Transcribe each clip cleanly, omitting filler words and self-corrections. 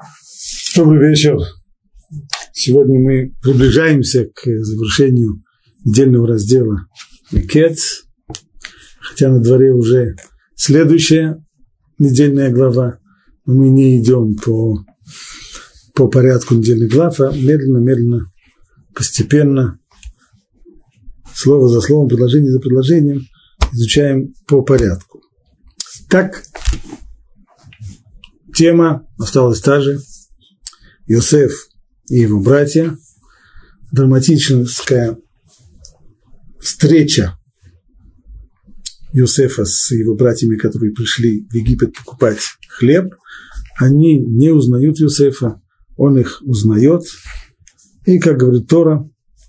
Добрый вечер. Сегодня мы приближаемся к завершению недельного раздела Микец, хотя на дворе уже следующая недельная глава, но мы не идем по порядку недельных глав, а медленно, постепенно, слово за словом, предложение за предложением изучаем по порядку. Так, тема осталась та же. Йосеф и его братья. Драматическая встреча Йосефа с его братьями, которые пришли в Египет покупать хлеб. Они не узнают Йосефа, он их узнает. И, как говорит Тора,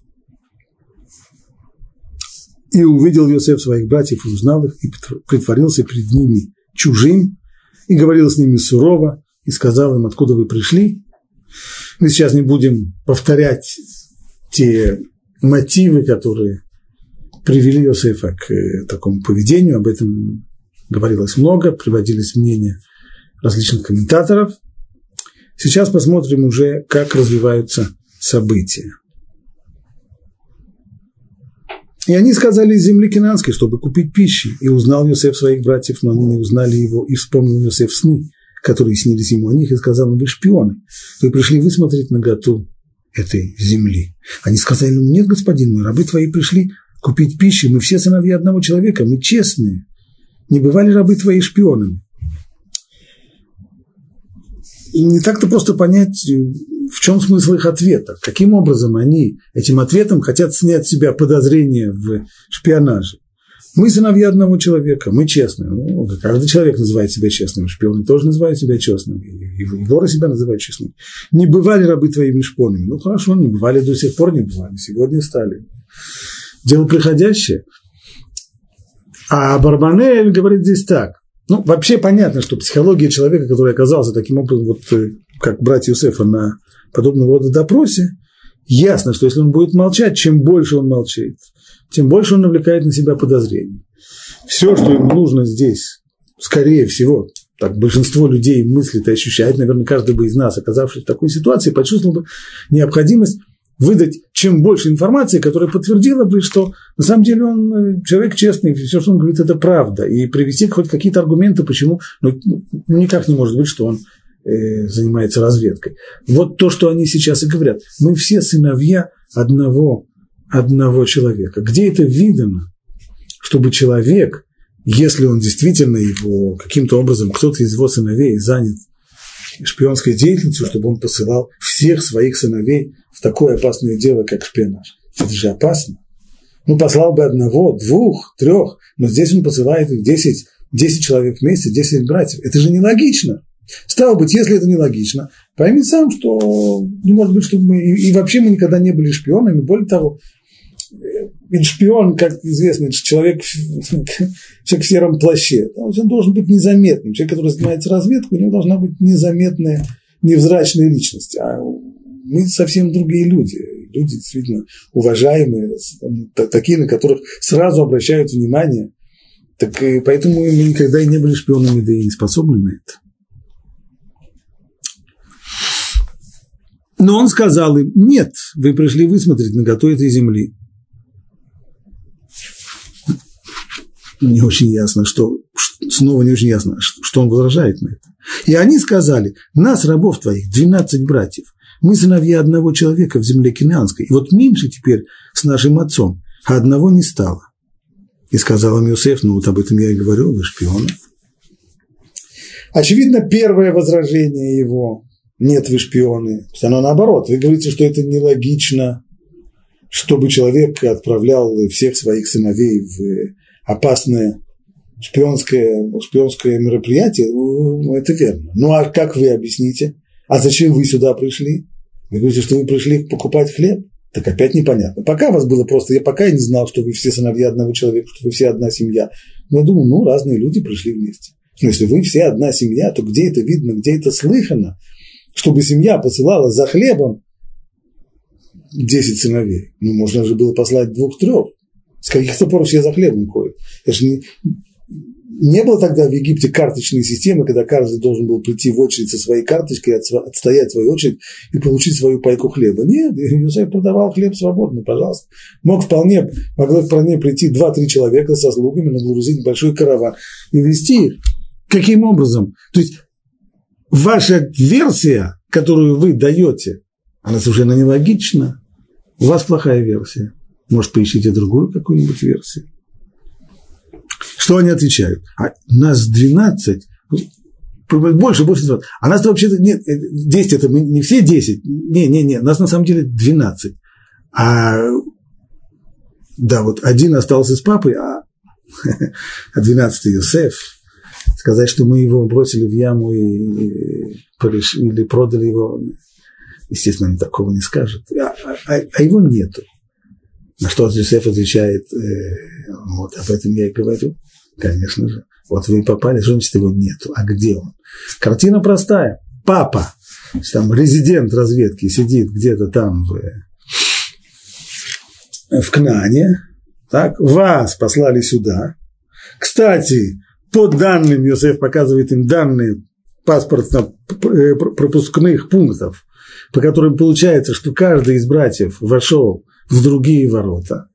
и увидел Йосеф своих братьев, и узнал их, и притворился перед ними чужим, и говорил с ними сурово, и сказал им, откуда вы пришли. Мы сейчас не будем повторять те мотивы, которые привели Йосефа к такому поведению, об этом говорилось много, приводились мнения различных комментаторов. Сейчас посмотрим уже, как развиваются события. И они сказали из земли Кинанской, чтобы купить пищи, и узнал Йосеф своих братьев, но они не узнали его, и вспомнил Йосеф сны, которые снились ему о них, и сказал, вы шпионы, вы пришли высмотреть наготу этой земли. Они сказали, нет, господин мой, рабы твои пришли купить пищу, мы все сыновья одного человека, мы честные, не бывали рабы твои шпионами. И не так-то просто понять, в чем смысл их ответа, каким образом они этим ответом хотят снять с себя подозрения в шпионаже. Мы сыновья одного человека, мы честные. Ну, каждый человек называет себя честным, шпионы тоже называют себя честными, и воры себя называют честными. Не бывали рабы твоими шпионами. Ну, хорошо, не бывали, до сих пор не бывали, сегодня стали. Дело приходящее. А Барбанель говорит здесь так. Ну, вообще понятно, что психология человека, который оказался таким образом, вот как братья Йосефа на подобного рода допросе, ясно, что если он будет молчать, чем больше он молчит, тем больше он навлекает на себя подозрений. Все, что ему нужно здесь, скорее всего, так большинство людей мыслит и ощущает, наверное, каждый бы из нас, оказавшись в такой ситуации, почувствовал бы необходимость выдать чем больше информации, которая подтвердила бы, что на самом деле он человек честный, и все, что он говорит, это правда, и привести хоть какие-то аргументы, почему, никак не может быть, что он занимается разведкой. Вот то, что они сейчас и говорят. Мы все сыновья одного человека. Где это видно, чтобы человек, если он действительно его каким-то образом, кто-то из его сыновей занят шпионской деятельностью, чтобы он посылал всех своих сыновей в такое опасное дело, как шпионаж. Это же опасно. Ну, послал бы одного, двух, трех, но здесь он посылает их 10 человек вместе, 10 братьев. Это же нелогично. Стало быть, если это нелогично, пойми сам, что не может быть, чтобы мы... И вообще мы никогда не были шпионами. Более того, ведь шпион, как известно, это человек в сером плаще. Он должен быть незаметным. Человек, который занимается разведкой, у него должна быть незаметная, невзрачная личность. А мы совсем другие люди. Люди действительно уважаемые, такие, на которых сразу обращают внимание. Так и поэтому мы никогда и не были шпионами, да и не способны на это. Но он сказал им, нет, вы пришли высмотреть наготу этой земли. Не очень ясно, что он возражает на это. И они сказали, нас, рабов твоих, 12 братьев, мы сыновья одного человека в земле Кинанской, и вот меньше теперь с нашим отцом, а одного не стало. И сказал им Йосеф, вот об этом я и говорю, вы шпионы. Очевидно, первое возражение его, нет, вы шпионы, оно наоборот, вы говорите, что это нелогично, чтобы человек отправлял всех своих сыновей в опасное шпионское мероприятие, это верно. Ну, а как вы объясните? А зачем вы сюда пришли? Вы говорите, что вы пришли покупать хлеб? Так опять непонятно. Пока вас было просто, пока я не знал, что вы все сыновья одного человека, что вы все одна семья. Но я думал, разные люди пришли вместе. Но если вы все одна семья, то где это видно, где это слыхано, чтобы семья посылала за хлебом 10 сыновей? Можно же было послать 2-3. С каких-то пор все за хлебом ходят. Это же Не было тогда в Египте карточной системы, когда каждый должен был прийти в очередь со своей карточкой, отстоять свою очередь и получить свою пайку хлеба. Нет, Йосеф продавал хлеб свободно, пожалуйста. могло вполне прийти 2-3 человека со слугами, нагрузить большой караван и везти их. Каким образом? То есть ваша версия, которую вы даете, она совершенно нелогична. У вас плохая версия. Может, поищите другую какую-нибудь версию. Что они отвечают? Нас 12, больше 20. А нас вообще-то нет, 10 это мы не все 10. Не, нас на самом деле 12. Да, вот один остался с папой, а 12-й Йосеф. Сказать, что мы его бросили в яму или продали его, естественно, они такого не скажут. А его нету. На что Йосеф отвечает, вот об этом я и говорю, конечно же. Вот вы попали, значит, его нету. А где он? Картина простая. Папа, там резидент разведки, сидит где-то там в Кнаане, так, вас послали сюда. Кстати, по данным, Йосеф показывает им данные паспортно-пропускных пунктов, по которым получается, что каждый из братьев вошел в другие ворота.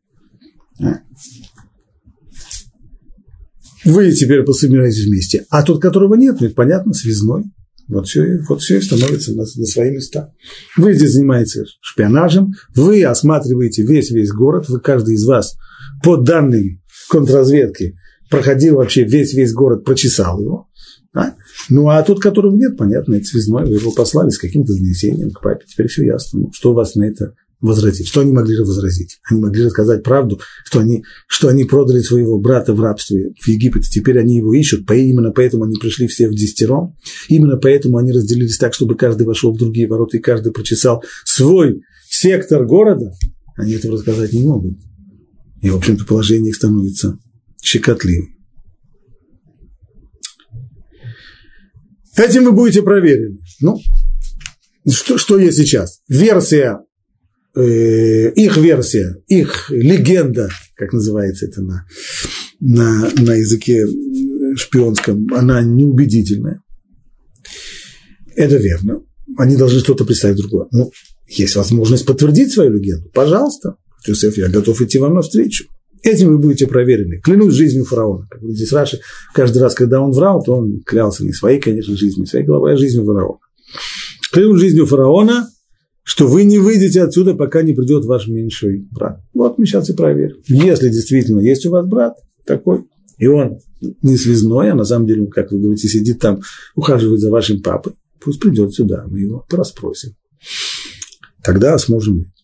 Вы теперь пособираетесь вместе. А тот, которого нет, ну, это понятно, связной. Вот все и становится на свои места. Вы здесь занимаетесь шпионажем, вы осматриваете весь город, каждый из вас по данным контрразведки проходил вообще весь город, прочесал его. Да? Ну, а тот, которого нет, понятно, это связной, вы его послали с каким-то донесением к папе, теперь все ясно. Ну, что у вас на это возразить? Что они могли возразить? Они могли рассказать правду, что они продали своего брата в рабстве в Египет, теперь они его ищут, именно поэтому они пришли все в 10, именно поэтому они разделились так, чтобы каждый вошел в другие ворота и каждый прочесал свой сектор города. Они этого рассказать не могут. И, в общем-то, положение их становится щекотливым. Этим вы будете проверены. Ну, что есть сейчас? Версия, их легенда, как называется это на языке шпионском, она неубедительная. Это верно. Они должны что-то представить другое. Ну, есть возможность подтвердить свою легенду. Пожалуйста, Йосеф, я готов идти вам навстречу. Этим вы будете проверены. Клянусь жизнью фараона. Как здесь Раши, каждый раз, когда он врал, то он клялся не своей, конечно, жизнью, не своей головой, а жизнью фараона. Клянусь жизнью фараона, что вы не выйдете отсюда, пока не придет ваш меньший брат. Вот мы сейчас и проверим. Если действительно есть у вас брат такой, и он не связной, а на самом деле, как вы говорите, сидит там, ухаживает за вашим папой, пусть придет сюда, мы его расспросим. Тогда сможем видеть.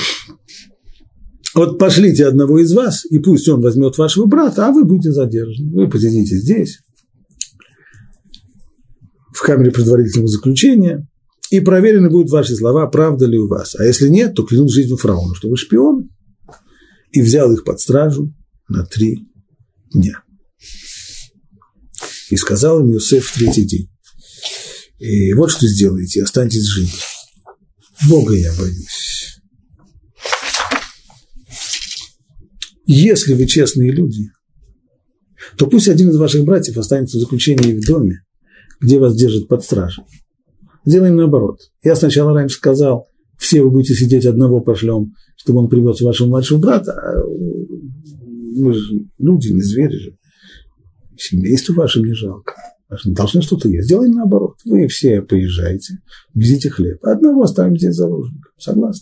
Вот пошлите одного из вас, и пусть он возьмет вашего брата, а вы будете задержаны. Вы посидите здесь, в камере предварительного заключения, и проверены будут ваши слова, правда ли у вас. А если нет, то клянусь жизнью фараона, что вы шпион, и взял их под стражу на 3 дня. И сказал им Йосеф в 3-й день: и вот что сделаете, останьтесь живы. Бога я боюсь. Если вы честные люди, то пусть один из ваших братьев останется в заключении в доме, где вас держат под стражей. Сделаем наоборот. Я сначала раньше сказал, все вы будете сидеть, одного пошлем, чтобы он привез вашего младшего брата. А мы же люди, не звери же. Семейству вашим не жалко. Должны что-то есть. Сделаем наоборот. Вы все поезжаете, везите хлеб. Одного оставим здесь заложником. Согласны?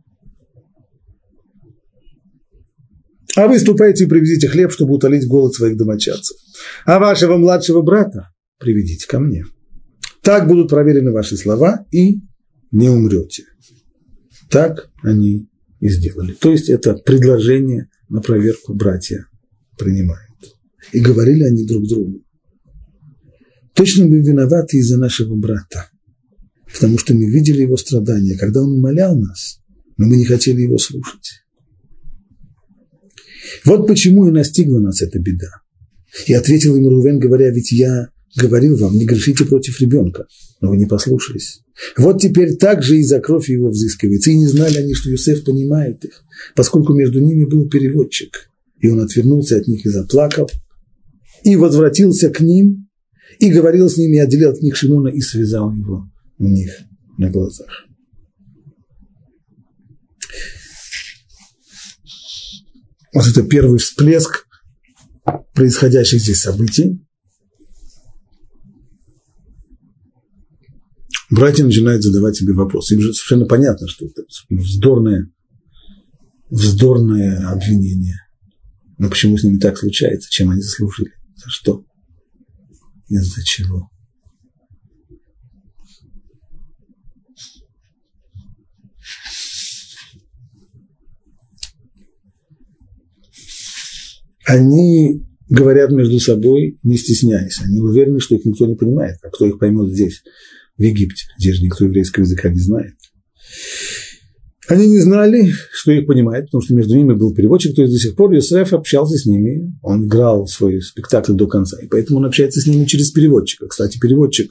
А вы ступайте и привезите хлеб, чтобы утолить голод своих домочадцев. А вашего младшего брата приведите ко мне. Так будут проверены ваши слова, и не умрете. Так они и сделали. То есть это предложение на проверку братья принимают. И говорили они друг другу: точно мы виноваты из-за нашего брата, потому что мы видели его страдания, когда он умолял нас, но мы не хотели его слушать. Вот почему и настигла нас эта беда. И ответил им Рувен, говоря: ведь я говорил вам, не грешите против ребенка, но вы не послушались. Вот теперь так же и за кровь его взыскивается. И не знали они, что Йосеф понимает их, поскольку между ними был переводчик. И он отвернулся от них и заплакал. и возвратился к ним, и говорил с ними, и отделил от них Шимона, и связал его у них на глазах. Вот это первый всплеск происходящих здесь событий. Братья начинают задавать себе вопросы. Им же совершенно понятно, что это вздорное обвинение. Но почему с ними так случается? Чем они заслужили? За что? Из-за чего? Они говорят между собой, не стесняясь. Они уверены, что их никто не понимает. А кто их поймет здесь, в Египте? Здесь же никто еврейского языка не знает. Они не знали, что их понимает, потому что между ними был переводчик, то есть до сих пор Йосеф общался с ними, он играл свой спектакль до конца, и поэтому он общается с ними через переводчика. Кстати, переводчик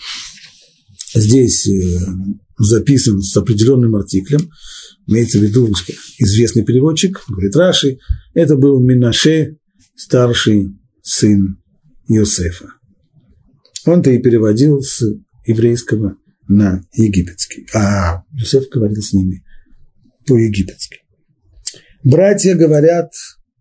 здесь записан с определенным артиклем, имеется в виду известный переводчик, говорит Раши, это был Менаше, старший сын Йосефа. Он-то и переводил с еврейского на египетский, а Йосеф говорил с ними по-египетски. Братья говорят,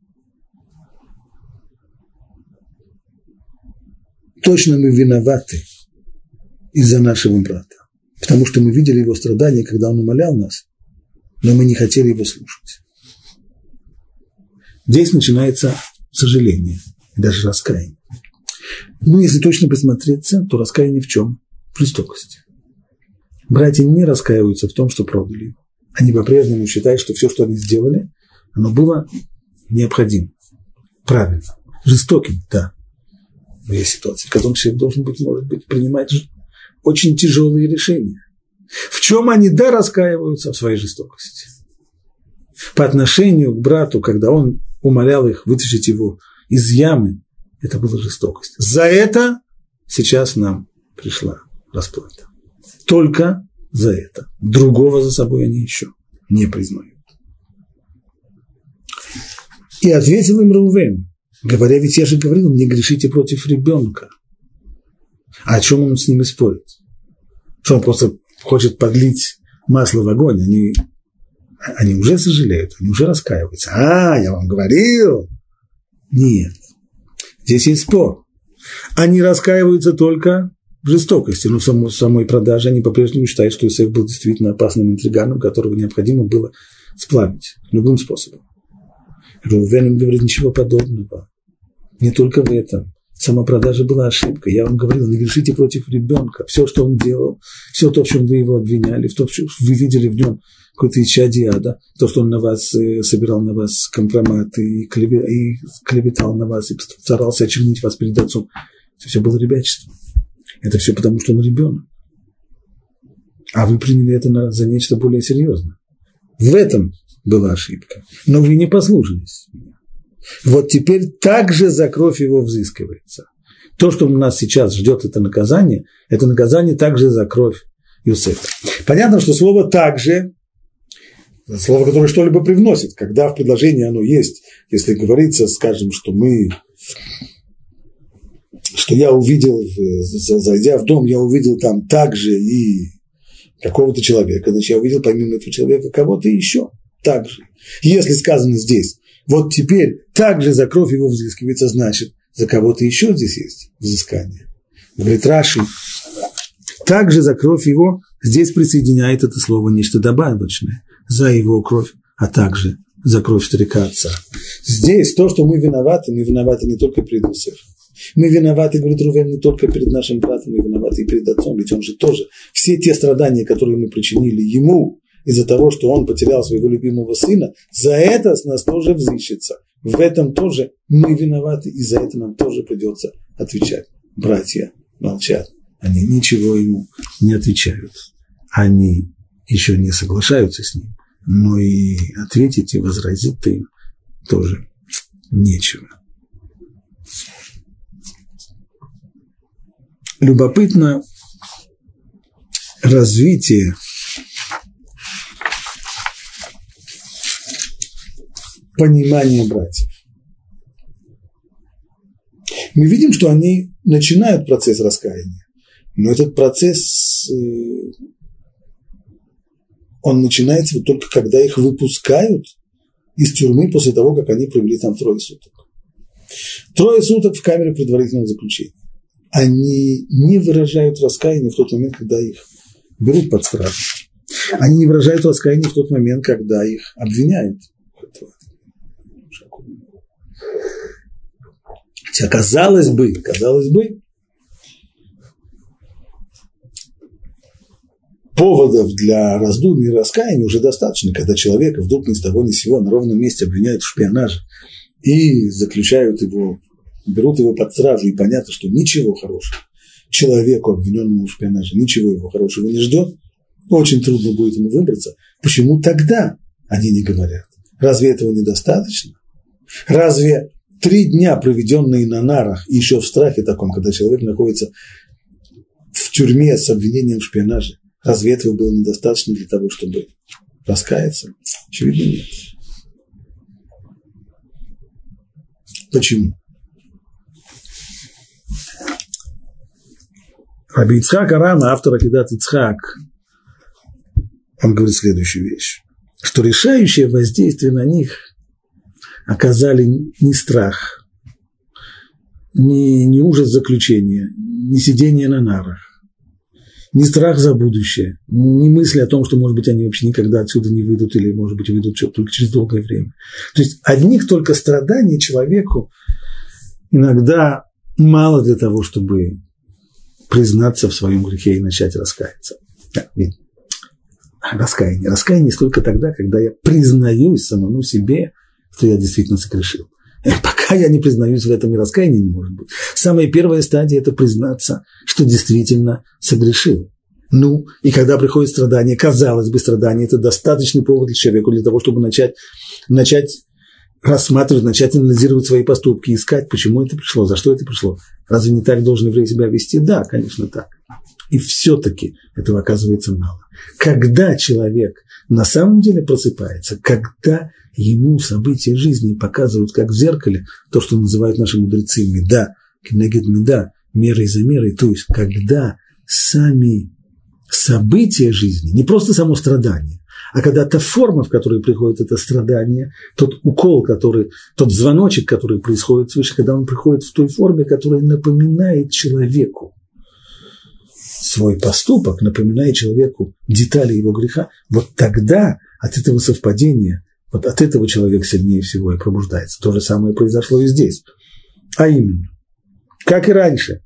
точно мы виноваты из-за нашего брата, потому что мы видели его страдания, когда он умолял нас, но мы не хотели его слушать. Здесь начинается сожаление и даже раскаяние. Но если точно присмотреться, то раскаяние в чем? В жестокости. Братья не раскаиваются в том, что продали его. Они по-прежнему считают, что все, что они сделали, оно было необходимо, правильно, жестоким, да. Но есть ситуации, в которых человек должен быть, может быть, принимать очень тяжелые решения. В чем они, да, раскаиваются? В своей жестокости. По отношению к брату, когда он умолял их вытащить его из ямы, это была жестокость. За это сейчас нам пришла расплата. Только за это. Другого за собой они еще не признают. И ответил им Реувен, говоря, ведь я же говорил, не грешите против ребенка. А о чем он с ними спорит? Что он просто хочет подлить масло в огонь? Они уже сожалеют, они уже раскаиваются. Я вам говорил. Нет. Здесь есть спор. Они раскаиваются только в жестокости, но в самой продаже они по-прежнему считают, что Йосеф был действительно опасным интриганом, которого необходимо было сплавить любым способом. Реувен им говорит, ничего подобного. Не только в этом. Сама продажа была ошибкой. Я вам говорил, не грешите против ребенка. Все, что он делал, все то, в чем вы его обвиняли, в том, что вы видели в нем какое-то исчадие ада, то, что он на вас собирал на вас компромат и клеветал на вас, и старался очернить вас перед отцом. Это все было ребячество. Это все потому, что он ребенок. А вы приняли это за нечто более серьезное. В этом была ошибка. Но вы не послушались. Вот теперь также за кровь его взыскивается. То, что у нас сейчас ждет, это наказание также за кровь Йосефа. Понятно, что слово «также» – слово, которое что-либо привносит. Когда в предложении оно есть, если говорится, скажем, что я увидел, зайдя в дом, я увидел там также и какого-то человека, значит, я увидел помимо этого человека кого-то еще также. Если сказано здесь, вот теперь также за кровь его взыскивается, значит, за кого-то еще здесь есть взыскание. Говорит Раши, также за кровь его здесь присоединяет это слово нечто добавочное, за его кровь, а также за кровь старика отца. Здесь то, что мы виноваты не только перед Йосефом. Мы виноваты, говорит Реувен, не только перед нашим братом, мы виноваты и перед отцом, ведь он же тоже. Все те страдания, которые мы причинили ему из-за того, что он потерял своего любимого сына, за это с нас тоже взыщется. В этом тоже мы виноваты, и за это нам тоже придется отвечать. Братья молчат, они ничего ему не отвечают. Они еще не соглашаются с ним, но и ответить и возразить им тоже нечего. Любопытно развитие понимания братьев. Мы видим, что они начинают процесс раскаяния, но этот процесс, он начинается вот только когда их выпускают из тюрьмы после того, как они провели там 3 суток. 3 суток в камере предварительного заключения. Они не выражают раскаяния в тот момент, когда их берут под стражу. Они не выражают раскаяния в тот момент, когда их обвиняют. Хотя, казалось бы, поводов для раздумий и раскаяния уже достаточно, когда человека вдруг ни с того ни с сего на ровном месте обвиняют в шпионаже и заключают его, берут его под стражу, и понятно, что ничего хорошего человеку, обвиненному в шпионаже, ничего его хорошего не ждет, очень трудно будет ему выбраться. Почему тогда они не говорят? Разве этого недостаточно? Разве 3 дня, проведенные на нарах, и еще в страхе таком, когда человек находится в тюрьме с обвинением в шпионаже, разве этого было недостаточно для того, чтобы раскаяться? Очевидно, нет. Почему? Раби Ицхак Арама, автор Акидат Ицхак, он говорит следующую вещь, что решающее воздействие на них оказали не страх, не ужас заключения, не сидение на нарах, не страх за будущее, не мысли о том, что, может быть, они вообще никогда отсюда не выйдут или, может быть, выйдут только через долгое время. То есть одних только страданий человеку иногда мало для того, чтобы признаться в своем грехе и начать раскаяться. Раскаяние. Раскаяние есть только тогда, когда я признаюсь самому себе, что я действительно согрешил. Пока я не признаюсь в этом, и раскаяния не может быть. Самая первая стадия – это признаться, что действительно согрешил. Ну, и когда приходит страдание, казалось бы, страдание – это достаточный повод для человека для того, чтобы начать рассматривать, начать анализировать свои поступки, искать, почему это пришло, за что это пришло. Разве не так должен еврей себя вести? Да, конечно, так. И все-таки этого оказывается мало. Когда человек на самом деле просыпается, когда ему события жизни показывают, как в зеркале, то, что называют наши мудрецы меда, кенегед меда, мерой за мерой, то есть когда сами события жизни, не просто само страдание, а когда та форма, в которой приходит это страдание, тот укол, тот звоночек, который происходит свыше, когда он приходит в той форме, которая напоминает человеку свой поступок, напоминая человеку детали его греха, вот тогда от этого совпадения, вот от этого человек сильнее всего и пробуждается. То же самое произошло и здесь. А именно, как и раньше,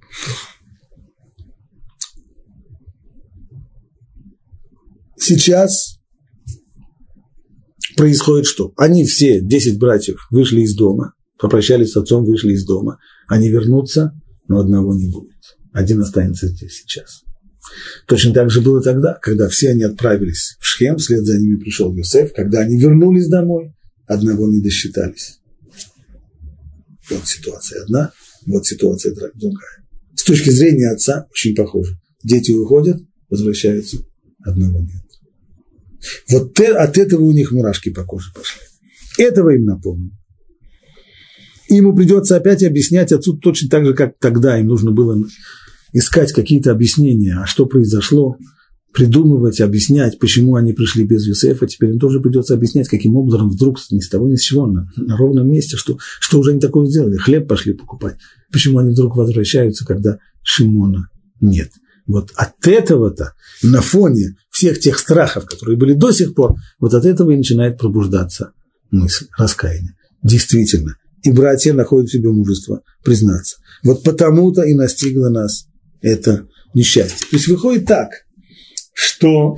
сейчас происходит что? Они все, 10 братьев, вышли из дома, попрощались с отцом, вышли из дома. Они вернутся, но одного не будет. Один останется здесь сейчас. Точно так же было тогда, когда все они отправились в Шхем, вслед за ними пришел Йосеф. Когда они вернулись домой, одного не досчитались. Вот ситуация одна, вот ситуация другая. С точки зрения отца очень похоже. Дети уходят, возвращаются, одного нет. Вот от этого у них мурашки по коже пошли. Этого им напомню. Ему придется опять объяснять отцу точно так же, как тогда им нужно было искать какие-то объяснения, а что произошло, придумывать, объяснять, почему они пришли без Йосефа. Теперь им тоже придется объяснять, каким образом вдруг ни с того ни с сего на ровном месте, что уже они такое сделали, хлеб пошли покупать. Почему они вдруг возвращаются, когда Шимона нет. Вот от этого-то, на фоне всех тех страхов, которые были до сих пор, вот от этого и начинает пробуждаться мысль раскаяния. Действительно, и братья находят в себе мужество признаться. Вот потому-то и настигло нас это несчастье. То есть выходит так, что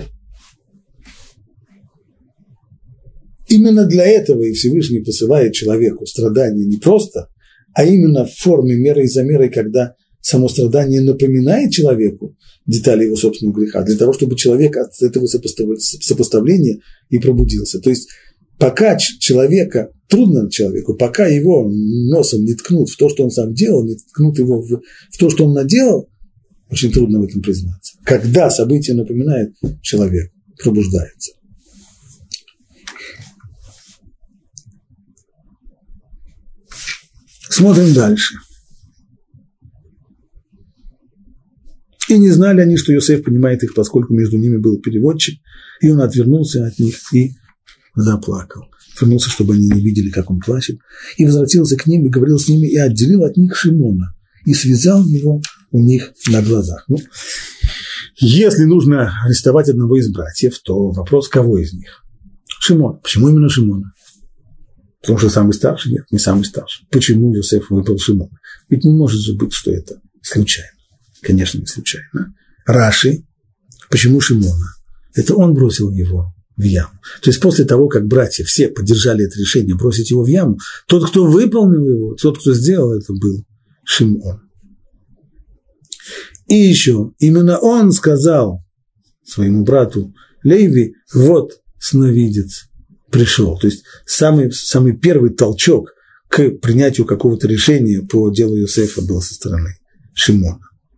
именно для этого и Всевышний посылает человеку страдания не просто, а именно в форме меры и за мерой, когда само страдание напоминает человеку детали его собственного греха, для того, чтобы человек от этого сопоставления и пробудился. То есть пока трудно человеку, пока его носом не ткнут в то, что он сам делал, не ткнут его в то, что он наделал, очень трудно в этом признаться. Когда событие напоминает, человек пробуждается. Смотрим дальше. И не знали они, что Йосеф понимает их, поскольку между ними был переводчик, и он отвернулся от них и заплакал. Отвернулся, чтобы они не видели, как он плачет, и возвратился к ним и говорил с ними, и отделил от них Шимона, и связал его у них на глазах. Ну, если нужно арестовать одного из братьев, то вопрос, кого из них? Шимон. Почему именно Шимона? Потому что самый старший? Нет, не самый старший. Почему Йосеф выбрал Шимона? Ведь не может же быть, что это случайно. Конечно, не случайно. Раши. Почему Шимона? Это он бросил его в яму. То есть после того, как братья все поддержали это решение бросить его в яму, тот, кто выполнил его, тот, кто сделал это, был Шимон. И еще именно он сказал своему брату Леви: вот сновидец пришел. То есть самый первый толчок к принятию какого-то решения по делу Йосефа был со стороны Шимона.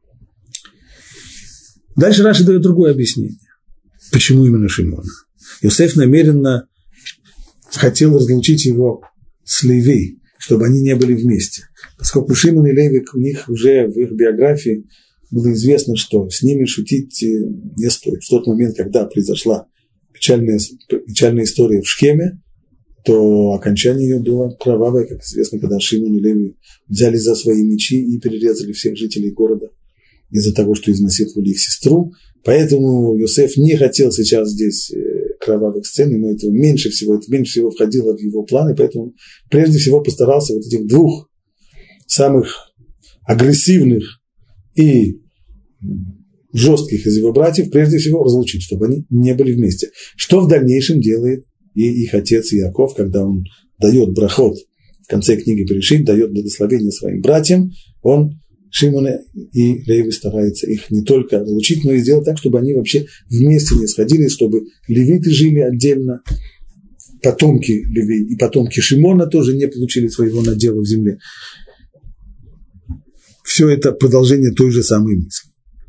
Дальше Раши дает другое объяснение. Почему именно Шимона? Йосеф намеренно хотел разлучить его с Леви, чтобы они не были вместе. Поскольку Шимон и Леви, у них уже в их биографии было известно, что с ними шутить не стоит. В тот момент, когда произошла печальная история в Шхеме, то окончание ее было кровавое, как известно, когда Шимон и Леви взяли за свои мечи и перерезали всех жителей города из-за того, что изнасиловали их сестру. Поэтому Йосеф не хотел сейчас здесь кровавых сцен, ему это меньше всего входило в его планы, поэтому прежде всего постарался вот этих двух самых агрессивных и жестких из его братьев прежде всего разлучить, чтобы они не были вместе. Что в дальнейшем делает и их отец Иаков, когда он дает брахот в конце книги Берешит, дает благословение своим братьям, он Шимона и Леви старается их не только разлучить, но и сделать так, чтобы они вообще вместе не сходились, чтобы левиты жили отдельно, потомки Леви и потомки Шимона тоже не получили своего надела в земле. Все это продолжение той же самой мысли.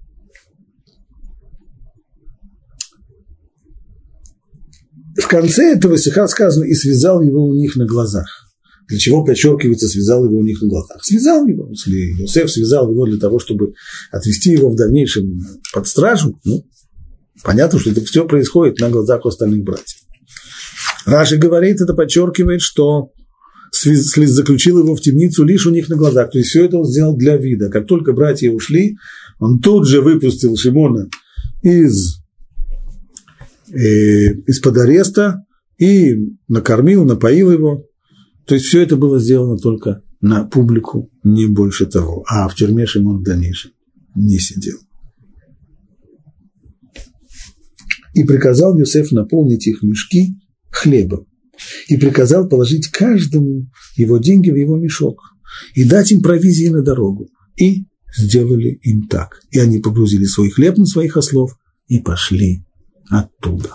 В конце этого стиха сказано: «И связал его у них на глазах». Для чего подчеркивается «связал его у них на глазах»? Связал его. Если Йосеф связал его для того, чтобы отвести его в дальнейшем под стражу, понятно, что это все происходит на глазах у остальных братьев. Раши говорит, это подчеркивает, что заключил его в темницу лишь у них на глазах. То есть все это он сделал для вида. Как только братья ушли, он тут же выпустил Шимона из-под ареста и накормил, напоил его. То есть все это было сделано только на публику, не больше того. А в тюрьме Шимон в дальнейшем не сидел. И приказал Йосеф наполнить их мешки хлебом. И приказал положить каждому его деньги в его мешок. И дать им провизии на дорогу. И сделали им так. И они погрузили свой хлеб на своих ослов и пошли оттуда.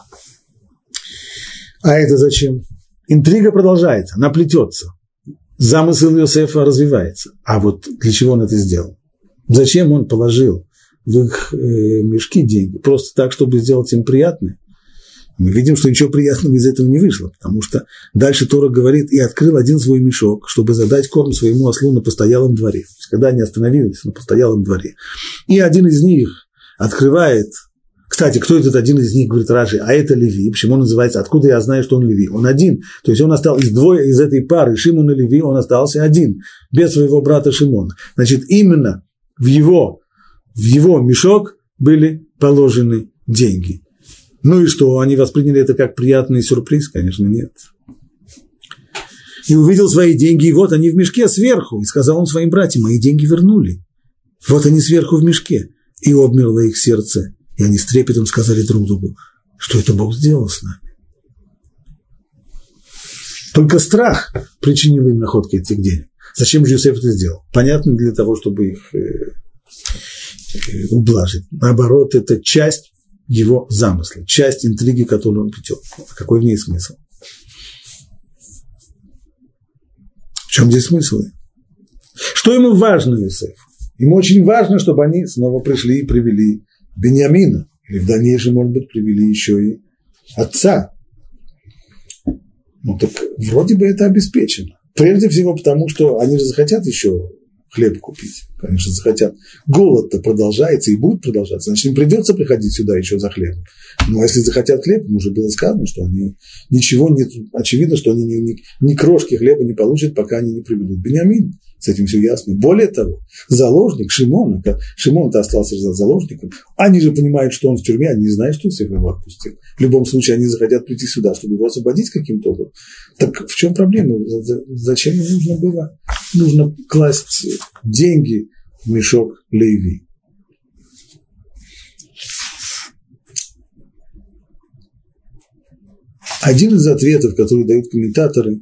А это зачем? Интрига продолжается, она плетется. Замысел Йосефа развивается. А вот для чего он это сделал? Зачем он положил в их мешки деньги? Просто так, чтобы сделать им приятное? Мы видим, что ничего приятного из этого не вышло, потому что дальше Тора говорит: «И открыл один свой мешок, чтобы задать корм своему ослу на постоялом дворе». То есть, когда они остановились на постоялом дворе. И один из них открывает. Кстати, кто этот один из них, говорит Раши, а это Леви. Почему он называется? Откуда я знаю, что он Леви? Он один. То есть он остался из этой пары Шимон и Леви, он остался один, без своего брата Шимона. Значит, именно в его мешок были положены деньги. Ну и что, они восприняли это как приятный сюрприз? Конечно, нет. И увидел свои деньги, и вот они в мешке сверху. И сказал он своим братьям: мои деньги вернули. Вот они сверху в мешке. И обмерло их сердце. И они с трепетом сказали друг другу: что это Бог сделал с нами. Только страх причинил им находки этих денег. Зачем же Йосеф это сделал? Понятно, для того, чтобы их ублажить. Наоборот, это часть его замысла, часть интриги, которую он плетет. Какой в ней смысл? В чем здесь смысл? Что ему важно, Йосефу? Ему очень важно, чтобы они снова пришли и привели Беньямина, или в дальнейшем, может быть, привели еще и отца. Ну так вроде бы это обеспечено. Прежде всего потому, что они же захотят еще хлеб купить, конечно, захотят. Голод-то продолжается и будет продолжаться, значит, им придется приходить сюда еще за хлебом. Но если захотят хлеб, им уже было сказано, что они ничего нет, очевидно, что они ни крошки хлеба не получат, пока они не приведут Биньямина. С этим все ясно. Более того, заложник Шимона, Шимон-то остался заложником, они же понимают, что он в тюрьме, они не знают, что Йосеф его отпустил. В любом случае, они захотят прийти сюда, чтобы его освободить каким-то образом. Так в чем проблема? Зачем им нужно было? Нужно класть деньги в мешок Леви. Один из ответов, который дают комментаторы,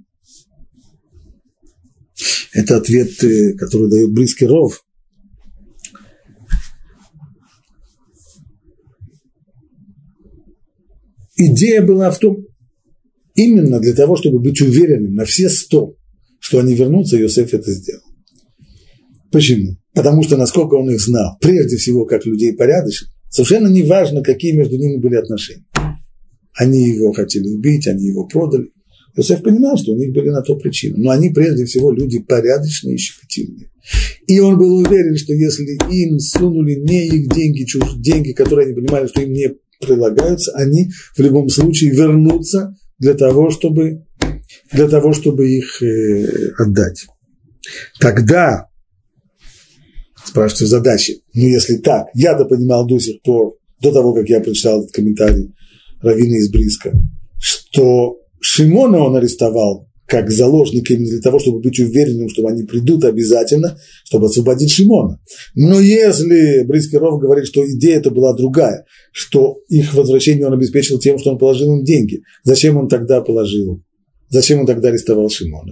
это ответ, который дает Бриский Ров. Идея была в том, именно для того, чтобы быть уверенным на все 100, что они вернутся, Йосеф это сделал. Почему? Потому что, насколько он их знал, прежде всего, как людей порядочных, совершенно не важно, какие между ними были отношения. Они его хотели убить, они его продали. Йосеф понимал, что у них были на то причины. Но они, прежде всего, люди порядочные и щепетильные. И он был уверен, что если им сунули не их деньги, деньги, которые они понимали, что им не прилагаются, они в любом случае вернутся для того, чтобы их отдать. Тогда, спрашивается в задаче, если так, я-то понимал до сих пор, до того, как я прочитал этот комментарий раввина из Бриска, что Шимона он арестовал как заложника именно для того, чтобы быть уверенным, что они придут обязательно, чтобы освободить Шимона. Но если Бриский Ров говорит, что идея это была другая, что их возвращение он обеспечил тем, что он положил им деньги, зачем он тогда арестовал Шимона?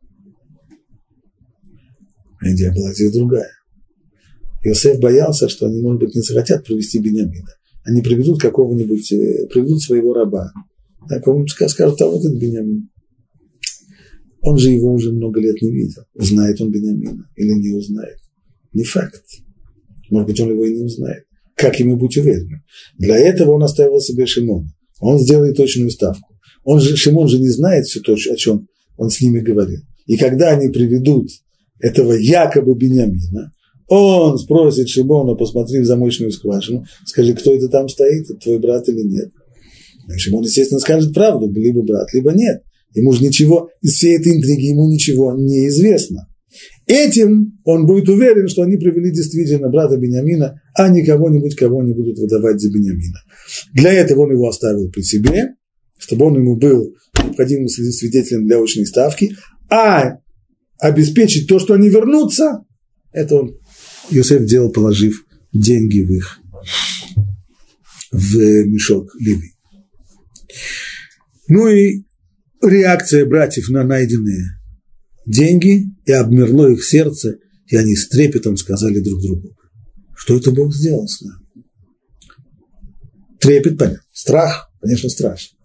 Идея была здесь другая. Йосеф боялся, что они, может быть, не захотят привести Биньямина. Они приведут приведут своего раба. Кому-нибудь скажут, а вот этот Биньямин. Он же его уже много лет не видел. Узнает он Биньямина или не узнает? Не факт. Может быть, он его и не узнает. Как ему быть уверенным? Для этого он оставил себе Шимона. Он сделает точную ставку. Шимон же не знает все то, о чем он с ними говорил. И когда они приведут этого якобы Биньямина, он спросит Шимона, посмотри в замочную скважину, скажи, кто это там стоит, это твой брат или нет. Шимон, естественно, скажет правду, либо брат, либо нет. Ему же ничего, из всей этой интриги ему ничего не известно. Этим он будет уверен, что они привели действительно брата Биньямина, а не кого-нибудь, кого они будут выдавать за Биньямина. Для этого он его оставил при себе, чтобы он ему был необходимым свидетелем для очной ставки, а обеспечить то, что они вернутся, это он, Йосеф, делал, положив деньги в мешок Леви. Ну и реакция братьев на найденные деньги, и обмерло их сердце, и они с трепетом сказали друг другу, что это Бог сделал с нами. Трепет, понятно. Страх, конечно, страшно.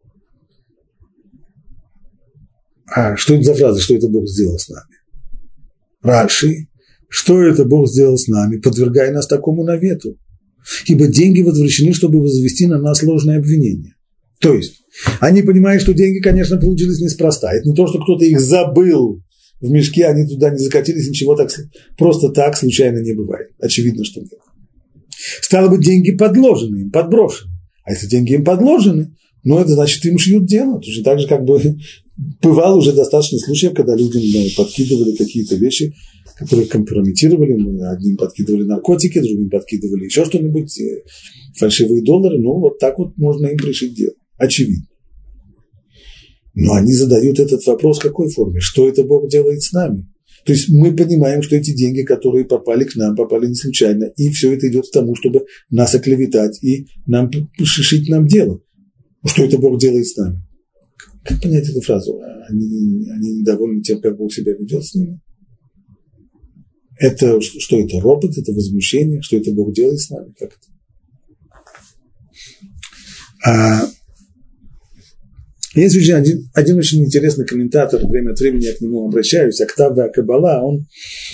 А что это за фраза, что это Бог сделал с нами? Раши, что это Бог сделал с нами, подвергая нас такому навету? Ибо деньги возвращены, чтобы возвести на нас ложное обвинение. То есть, они понимают, что деньги, конечно, получились неспроста. Это не то, что кто-то их забыл в мешке, они туда не закатились, ничего так, просто так случайно не бывает. Очевидно, что нет. Стало быть, деньги подложены им, подброшены. А если деньги им подложены, ну, это значит, им шьют дело. Точно так же, как бы, бывало уже достаточно случаев, когда людям подкидывали какие-то вещи, которые компрометировали. Одним подкидывали наркотики, другим подкидывали еще что-нибудь, фальшивые доллары. Ну, вот так вот можно им пришить дело. Очевидно. Но они задают этот вопрос в какой форме? Что это Бог делает с нами? То есть мы понимаем, что эти деньги, которые попали к нам, попали не случайно, и все это идет к тому, чтобы нас оклеветать и шишить нам дело. Что это Бог делает с нами? Как понять эту фразу? Они недовольны тем, как Бог себя ведет с ними? Это, что это, ропот, это возмущение? Что это Бог делает с нами? Как это? Есть еще один очень интересный комментатор, время от времени я к нему обращаюсь, Октав Каббала, он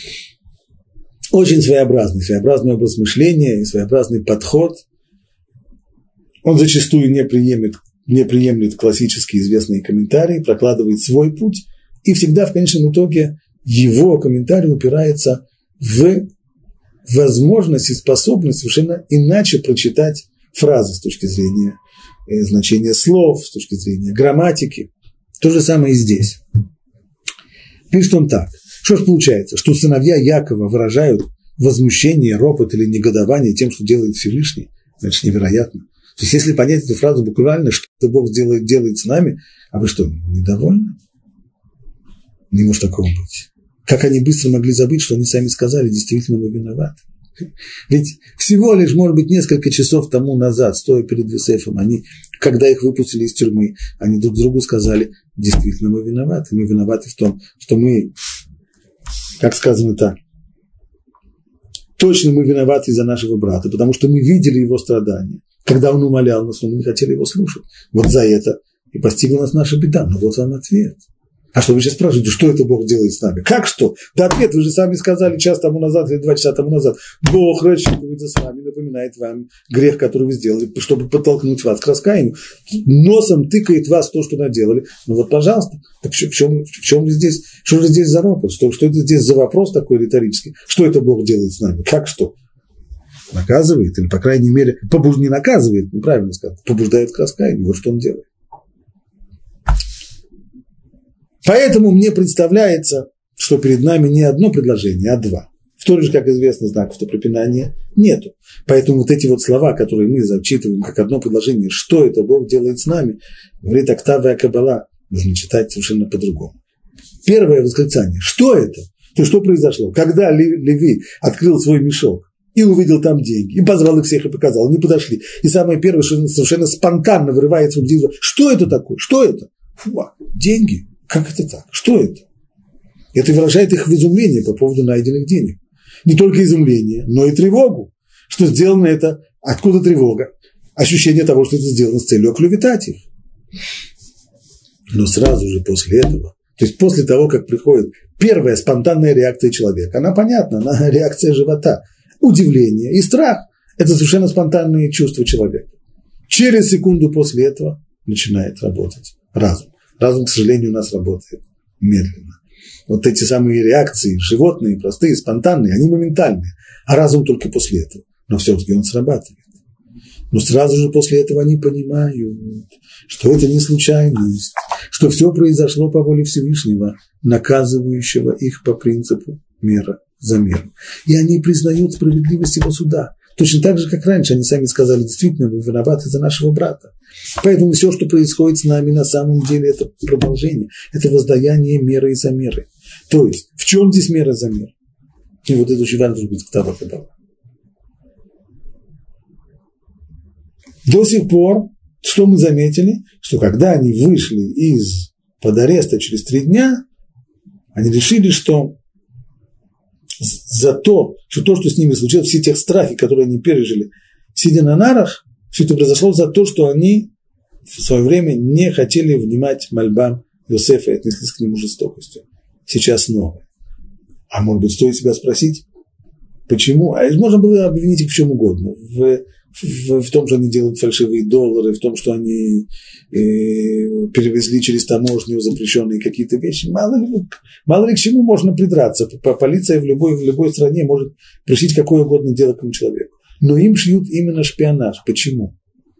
очень своеобразный образ мышления и своеобразный подход. Он зачастую не приемлет классические известные комментарии, прокладывает свой путь, и всегда в конечном итоге его комментарий упирается в возможность и способность совершенно иначе прочитать фразы с точки зрения значения слов, с точки зрения грамматики. То же самое и здесь. Пишет он так. Что же получается? Что сыновья Якова выражают возмущение, ропот или негодование тем, что делает Всевышний? Значит, невероятно. То есть, если понять эту фразу буквально, что Бог делает с нами, а вы что, недовольны? Не может такого быть. Как они быстро могли забыть, что они сами сказали, действительно мы виноваты. Ведь всего лишь, может быть, несколько часов тому назад, стоя перед Йосефом, они, когда их выпустили из тюрьмы, они друг другу сказали, действительно мы виноваты в том, что мы, как сказано так, точно мы виноваты из-за нашего брата, потому что мы видели его страдания, когда он умолял нас, но мы не хотели его слушать. Вот за это и постигла нас наша беда. Но вот вам ответ. А что вы сейчас спрашиваете, что это Бог делает с нами? Как что? Да ответ вы же сами сказали час тому назад или 2 часа тому назад. Бог рассчитывается с вами, напоминает вам грех, который вы сделали, чтобы подтолкнуть вас к раскаянию. Носом тыкает вас то, что наделали. Ну вот, пожалуйста, так в чем здесь, что же здесь за ропот? Что это здесь за вопрос такой риторический? Что это Бог делает с нами? Как что? Наказывает, или, по крайней мере, не наказывает, неправильно сказать, побуждает к раскаянию. Вот что он делает. Поэтому мне представляется, что перед нами не одно предложение, а два. В то же, как известно, знаков препинания нету. Поэтому вот эти вот слова, которые мы зачитываем как одно предложение, что это Бог делает с нами, говорит Октавия Каббала, нужно читать совершенно по-другому. Первое восклицание. Что это? То есть, что произошло? Когда Леви открыл свой мешок и увидел там деньги, и позвал их всех и показал, они подошли. И самое первое, что совершенно спонтанно вырывается у людей, что это такое? Что это? Фу, деньги. Как это так? Что это? Это выражает их в изумлении по поводу найденных денег. Не только изумление, но и тревогу. Что сделано это, откуда тревога? Ощущение того, что это сделано с целью оклеветать их. Но сразу же после этого, то есть после того, как приходит первая спонтанная реакция человека, она понятна, она реакция живота, удивление и страх. Это совершенно спонтанные чувства человека. Через секунду после этого начинает работать разум. Разум, к сожалению, у нас работает медленно. Вот эти самые реакции, животные, простые, спонтанные, они моментальные, а разум только после этого. Но все-таки он срабатывает. Но сразу же после этого они понимают, что это не случайность, что все произошло по воле Всевышнего, наказывающего их по принципу мера за меру. И они признают справедливость его суда. Точно так же, как раньше, они сами сказали, действительно, вы виноваты за нашего брата. Поэтому все, что происходит с нами, на самом деле, это продолжение, это воздаяние меры за мерой. То есть, в чем здесь мера за мерой? И вот это очень важно быть Октавия Каббала. До сих пор, что мы заметили, что когда они вышли из-под ареста через 3 дня, они решили, что за то, что с ними случилось, все те страхи, которые они пережили, сидя на нарах, все это произошло за то, что они в свое время не хотели внимать мольбам Йосефа и отнеслись к нему жестокостью. Сейчас новое. А может быть, стоит себя спросить, почему? А можно было обвинить их в чем угодно. В том, что они делают фальшивые доллары, в том, что они перевезли через таможню запрещенные какие-то вещи. Мало ли к чему можно придраться. Полиция в любой стране может пришить какое угодно дело к этому человеку. Но им шьют именно шпионаж. Почему?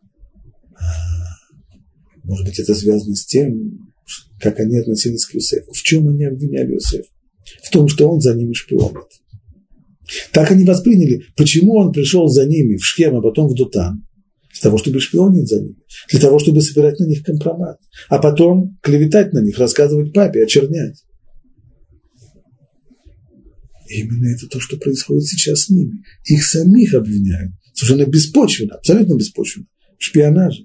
Может быть, это связано с тем, как они относились к Йосефу. В чем они обвиняли Йосефа? В том, что он за ними шпионит. Так они восприняли, почему он пришел за ними в Шхем, а потом в Дотан, для того, чтобы шпионить за ними, для того, чтобы собирать на них компромат, а потом клеветать на них, рассказывать папе, очернять. Именно это то, что происходит сейчас с ними. Их самих обвиняют, совершенно беспочвенно, абсолютно беспочвенно, в шпионаже.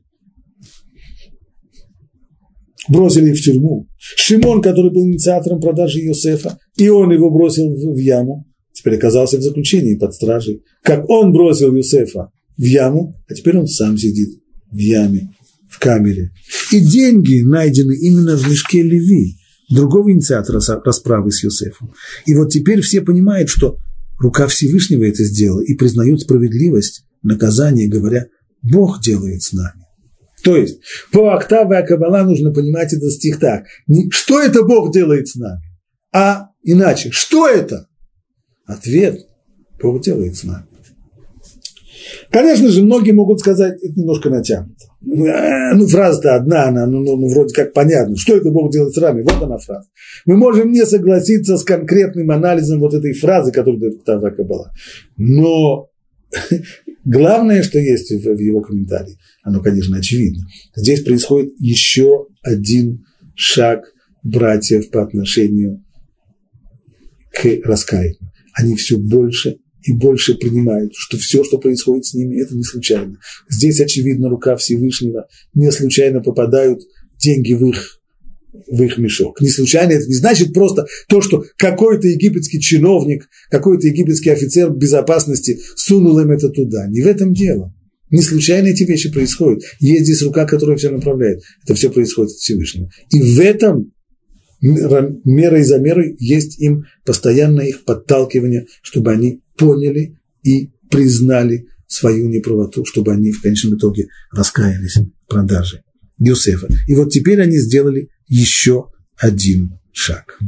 Бросили их в тюрьму. Шимон, который был инициатором продажи Йосефа, и он его бросил в яму, теперь оказался в заключении под стражей. Как он бросил Йосефа в яму, а теперь он сам сидит в яме, в камере. И деньги найдены именно в мешке Леви, другого инициатора расправы с Йосефом. И вот теперь все понимают, что рука Всевышнего это сделала, и признают справедливость наказания, говоря, Бог делает с нами. То есть, по Октавия Каббала нужно понимать этот стих так. Не что это Бог делает с нами, а иначе, что это? ответ Бог делает с нами. Конечно же, многие могут сказать, это немножко натянуто. Фраза-то одна, она вроде как понятна. Что это Бог делает с нами? Вот она фраза. Мы можем не согласиться с конкретным анализом вот этой фразы, которая дает Ктав Каббала. Но главное, что есть в его комментарии, оно, конечно, очевидно. Здесь происходит еще один шаг братьев по отношению к раскаянию. Они все больше и больше принимают, что все, что происходит с ними, это не случайно. Здесь, очевидно, рука Всевышнего, не случайно попадают деньги в их мешок. Не случайно, это не значит просто то, что какой-то египетский чиновник, какой-то египетский офицер безопасности сунул им это туда. Не в этом дело. Не случайно эти вещи происходят. Есть здесь рука, которая все направляет. Это все происходит от Всевышнего. И в этом мерой за мерой есть им постоянное их подталкивание, чтобы они поняли и признали свою неправоту, чтобы они в конечном итоге раскаялись в продаже Йосефа. И вот теперь они сделали еще один шаг.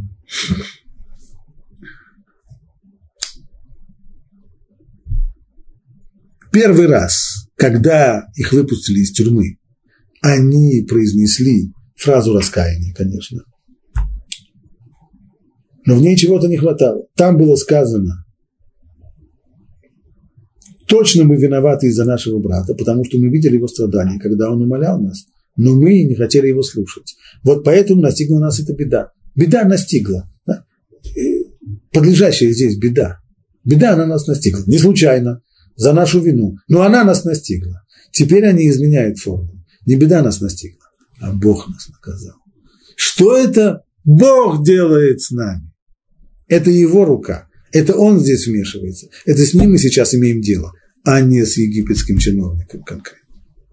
Первый раз, когда их выпустили из тюрьмы, они произнесли фразу раскаяния, конечно. Но в ней чего-то не хватало. Там было сказано: точно мы виноваты из-за нашего брата, потому что мы видели его страдания, когда он умолял нас, но мы не хотели его слушать. Вот поэтому настигла нас эта беда. Беда настигла. Да? Подлежащая здесь беда. Беда, она нас настигла. Не случайно, за нашу вину, но она нас настигла. Теперь они изменяют форму. Не беда нас настигла, а Бог нас наказал. Что это Бог делает с нами? Это его рука. Это он здесь вмешивается. Это с ним мы сейчас имеем дело, а не с египетским чиновником конкретно.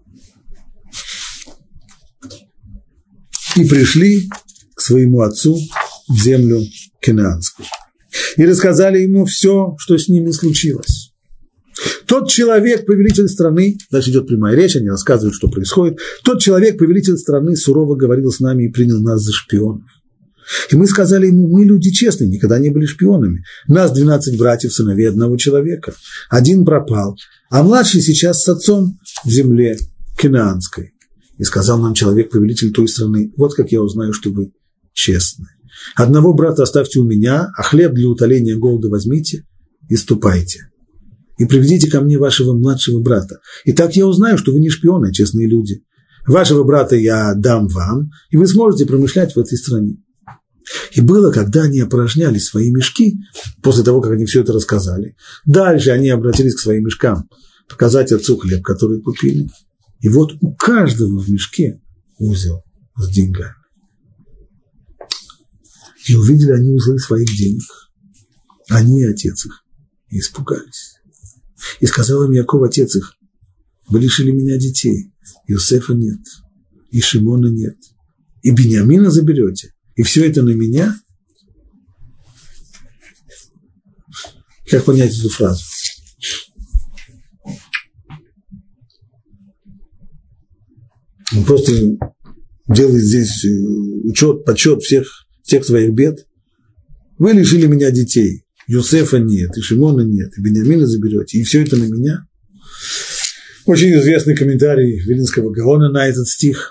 И пришли к своему отцу в землю Кнаанскую. И рассказали ему все, что с ними случилось. Тот человек, повелитель страны, дальше идет прямая речь, они рассказывают, что происходит. Тот человек, повелитель страны, сурово говорил с нами и принял нас за шпионов. И мы сказали ему: мы люди честные, никогда не были шпионами. Нас 12 братьев, сыновей одного человека. Один пропал, а младший сейчас с отцом в земле Кнаанской. И сказал нам человек, повелитель той страны: вот как я узнаю, что вы честны. Одного брата оставьте у меня, а хлеб для утоления голода возьмите и ступайте. И приведите ко мне вашего младшего брата. И так я узнаю, что вы не шпионы, а честные люди. Вашего брата я дам вам, и вы сможете промышлять в этой стране. И было, когда они опорожняли свои мешки, после того, как они все это рассказали, дальше они обратились к своим мешкам, показать отцу хлеб, который купили. И вот у каждого в мешке узел с деньгами. И увидели они узлы своих денег, они и отец их, и испугались. И сказал им Яков, отец их: вы лишили меня детей, Йосефа нет, и Шимона нет, и Биньямина заберете, и все это на меня? Как понять эту фразу? Он просто делает здесь учет, подсчет всех своих бед. Вы лишили меня детей, Йосефа нет, и Шимона нет, и Биньямина заберете, и все это на меня? Очень известный комментарий Вилинского Гаона на этот стих.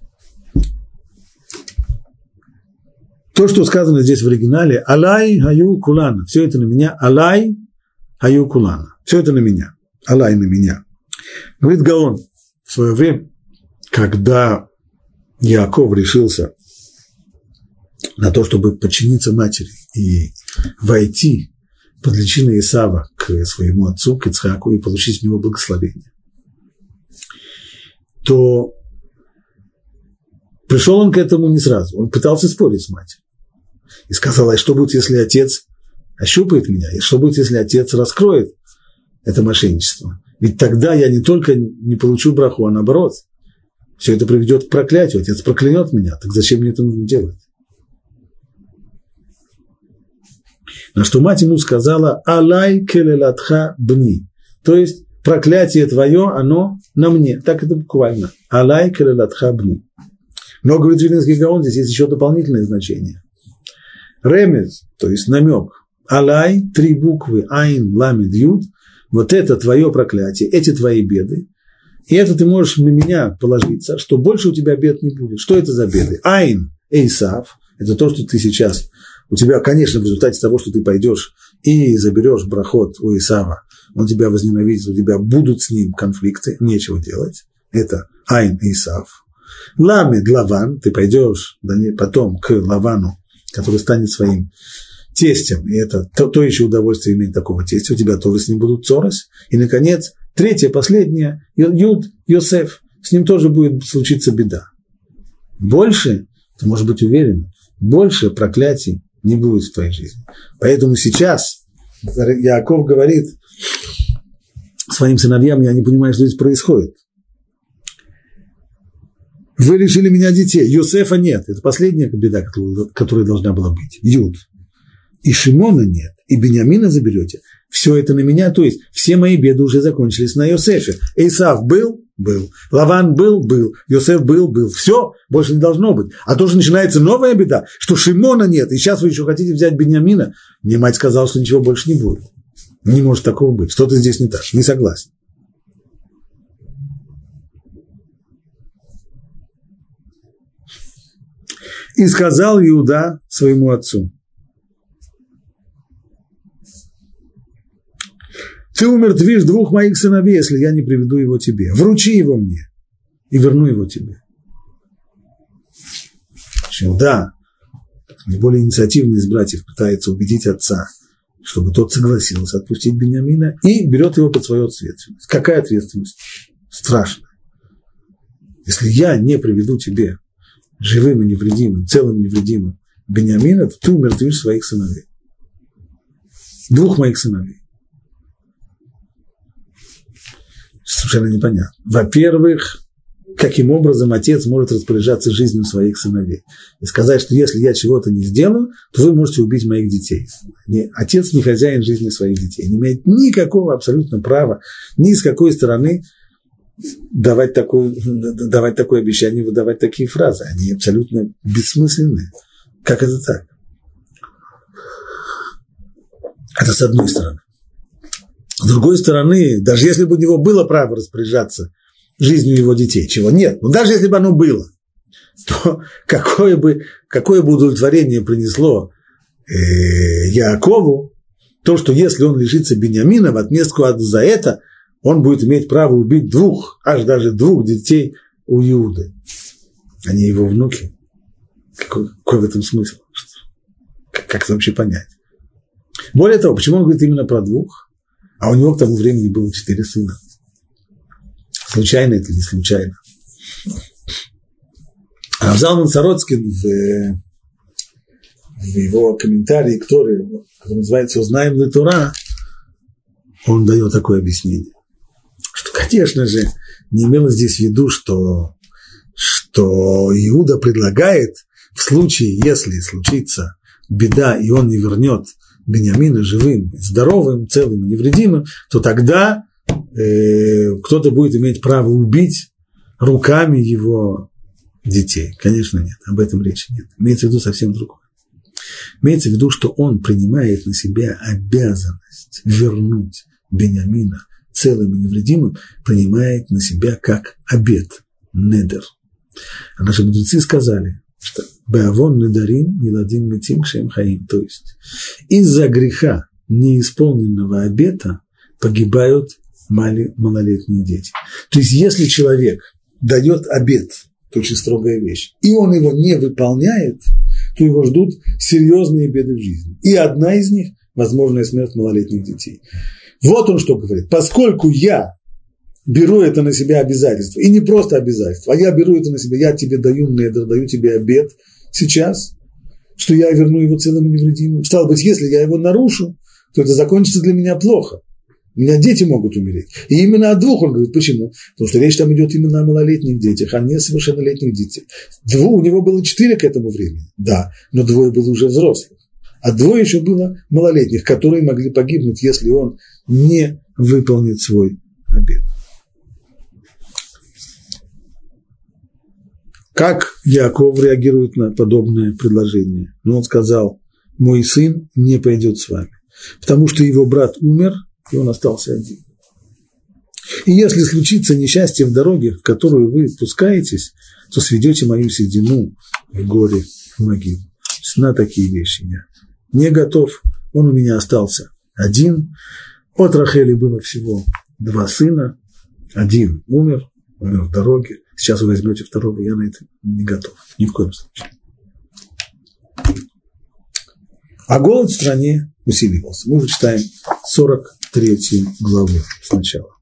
То, что сказано здесь в оригинале: «Алай хаю кулана», все это на меня, «Алай хаю кулана», все это на меня, «Алай» на меня. Говорит Гаон, в свое время, когда Яаков решился на то, чтобы подчиниться матери и войти под личиной Исава к своему отцу, к Ицхаку, и получить у него благословение, то пришел он к этому не сразу. Он пытался спорить с матерью. И сказал: а что будет, если отец ощупает меня? И что будет, если отец раскроет это мошенничество? Ведь тогда я не только не получу браху, а наоборот. Все это приведет к проклятию. Отец проклянет меня. Так зачем мне это нужно делать? На что мать ему сказала: «Алай келелатха бни». То есть проклятие твое, оно на мне. Так это буквально. «Алай келелатха бни». Но, говорит Вилинский Гаон, здесь есть еще дополнительное значение. Ремез, то есть намек, Алай, 3 буквы, айн, ламед, юд, вот это твое проклятие, эти твои беды, и это ты можешь на меня положиться, что больше у тебя бед не будет. Что это за беды? Айн, Эйсав, это то, что ты сейчас, у тебя, конечно, в результате того, что ты пойдешь и заберешь брахот у Исава, он тебя возненавидит, у тебя будут с ним конфликты, нечего делать. Это Айн, Эйсав. Ламед, Лаван, ты пойдешь потом к Лавану, который станет своим тестем, и это то еще удовольствие иметь такого тестя, у тебя тоже с ним будут ссоры. И, наконец, третье, последнее, Юд, Йосеф, с ним тоже будет случиться беда. Больше, ты можешь быть уверен, больше проклятий не будет в твоей жизни. Поэтому сейчас Яаков говорит своим сыновьям, я не понимаю, что здесь происходит. Вы лишили меня детей, Йосефа нет, это последняя беда, которая должна была быть, Юд. И Шимона нет, и Биньямина заберете. Все это на меня, то есть все мои беды уже закончились на Йосефе. Эйсав был, Лаван был, Йосеф был, все, больше не должно быть. А то, что начинается новая беда, что Шимона нет, и сейчас вы еще хотите взять Биньямина, мне мать сказала, что ничего больше не будет. Не может такого быть, что-то здесь не так, не согласен. И сказал Иуда своему отцу: ты умертвишь 2 моих сыновей, если я не приведу его тебе. Вручи его мне и верну его тебе. Иуда, наиболее инициативный из братьев, пытается убедить отца, чтобы тот согласился отпустить Биньямина, и берет его под свою ответственность. Какая ответственность? Страшная. Если я не приведу тебе живым и невредимым, целым и невредимым Биньямина, то ты умертвишь своих сыновей. 2 моих сыновей. Совершенно непонятно. Во-первых, каким образом отец может распоряжаться жизнью своих сыновей. И сказать, что если я чего-то не сделаю, то вы можете убить моих детей. Отец не хозяин жизни своих детей. Не имеет никакого абсолютно права ни с какой стороны давать такое обещание, выдавать такие фразы. Они абсолютно бессмысленные. Как это так? Это с одной стороны. С другой стороны, даже если бы у него было право распоряжаться жизнью его детей, чего нет, но даже если бы оно было, то какое бы удовлетворение принесло Яакову то, что если он лишится Биньямина, в отместку за это он будет иметь право убить аж даже двух детей у Иуды. Они его внуки. Какой в этом смысл? Как это вообще понять? Более того, почему он говорит именно про 2? А у него к тому времени было 4 сына. Случайно это, не случайно. Рав Залман Сороцкин в его комментарии к Торе, который называется «Узнаем ли Тора», он дает такое объяснение, что, конечно же, не имелось здесь в виду, что Иуда предлагает в случае, если случится беда, и он не вернет Биньямина живым, здоровым, целым, невредимым, то тогда кто-то будет иметь право убить руками его детей. Конечно, нет, об этом речи нет. Имеется в виду совсем другое. Имеется в виду, что он принимает на себя обязанность вернуть Биньямина целым и невредимым, принимает на себя как обет, недер. А наши мудрецы сказали, что беавон недарим еладим метим шем хаим, то есть из-за греха неисполненного обета погибают малолетние дети. То есть если человек дает обет, это очень строгая вещь, и он его не выполняет, то его ждут серьезные беды в жизни. И одна из них – возможная смерть малолетних детей. Вот он что говорит. Поскольку я беру это на себя обязательство, и не просто обязательство, а я беру это на себя, я тебе даю недер, даю тебе обет сейчас, что я верну его целым и невредимым. Стало быть, если я его нарушу, то это закончится для меня плохо. У меня дети могут умереть. И именно о 2 он говорит. Почему? Потому что речь там идет именно о малолетних детях, а не о совершеннолетних детях. У него было 4 к этому времени, да, но 2 было уже взрослых. А 2 еще было малолетних, которые могли погибнуть, если он не выполнит свой обет. Как Яаков реагирует на подобное предложение? Ну, он сказал: мой сын не пойдет с вами, потому что его брат умер, и он остался один. И если случится несчастье в дороге, в которую вы пускаетесь, то сведете мою седину в горе в могилу. То есть на такие вещи я не готов. Он у меня остался один. От Рахели было всего 2 сына. Один умер в дороге. Сейчас вы возьмете второго, я на это не готов. Ни в коем случае. А голод в стране усиливался. Мы читаем 43 главу сначала.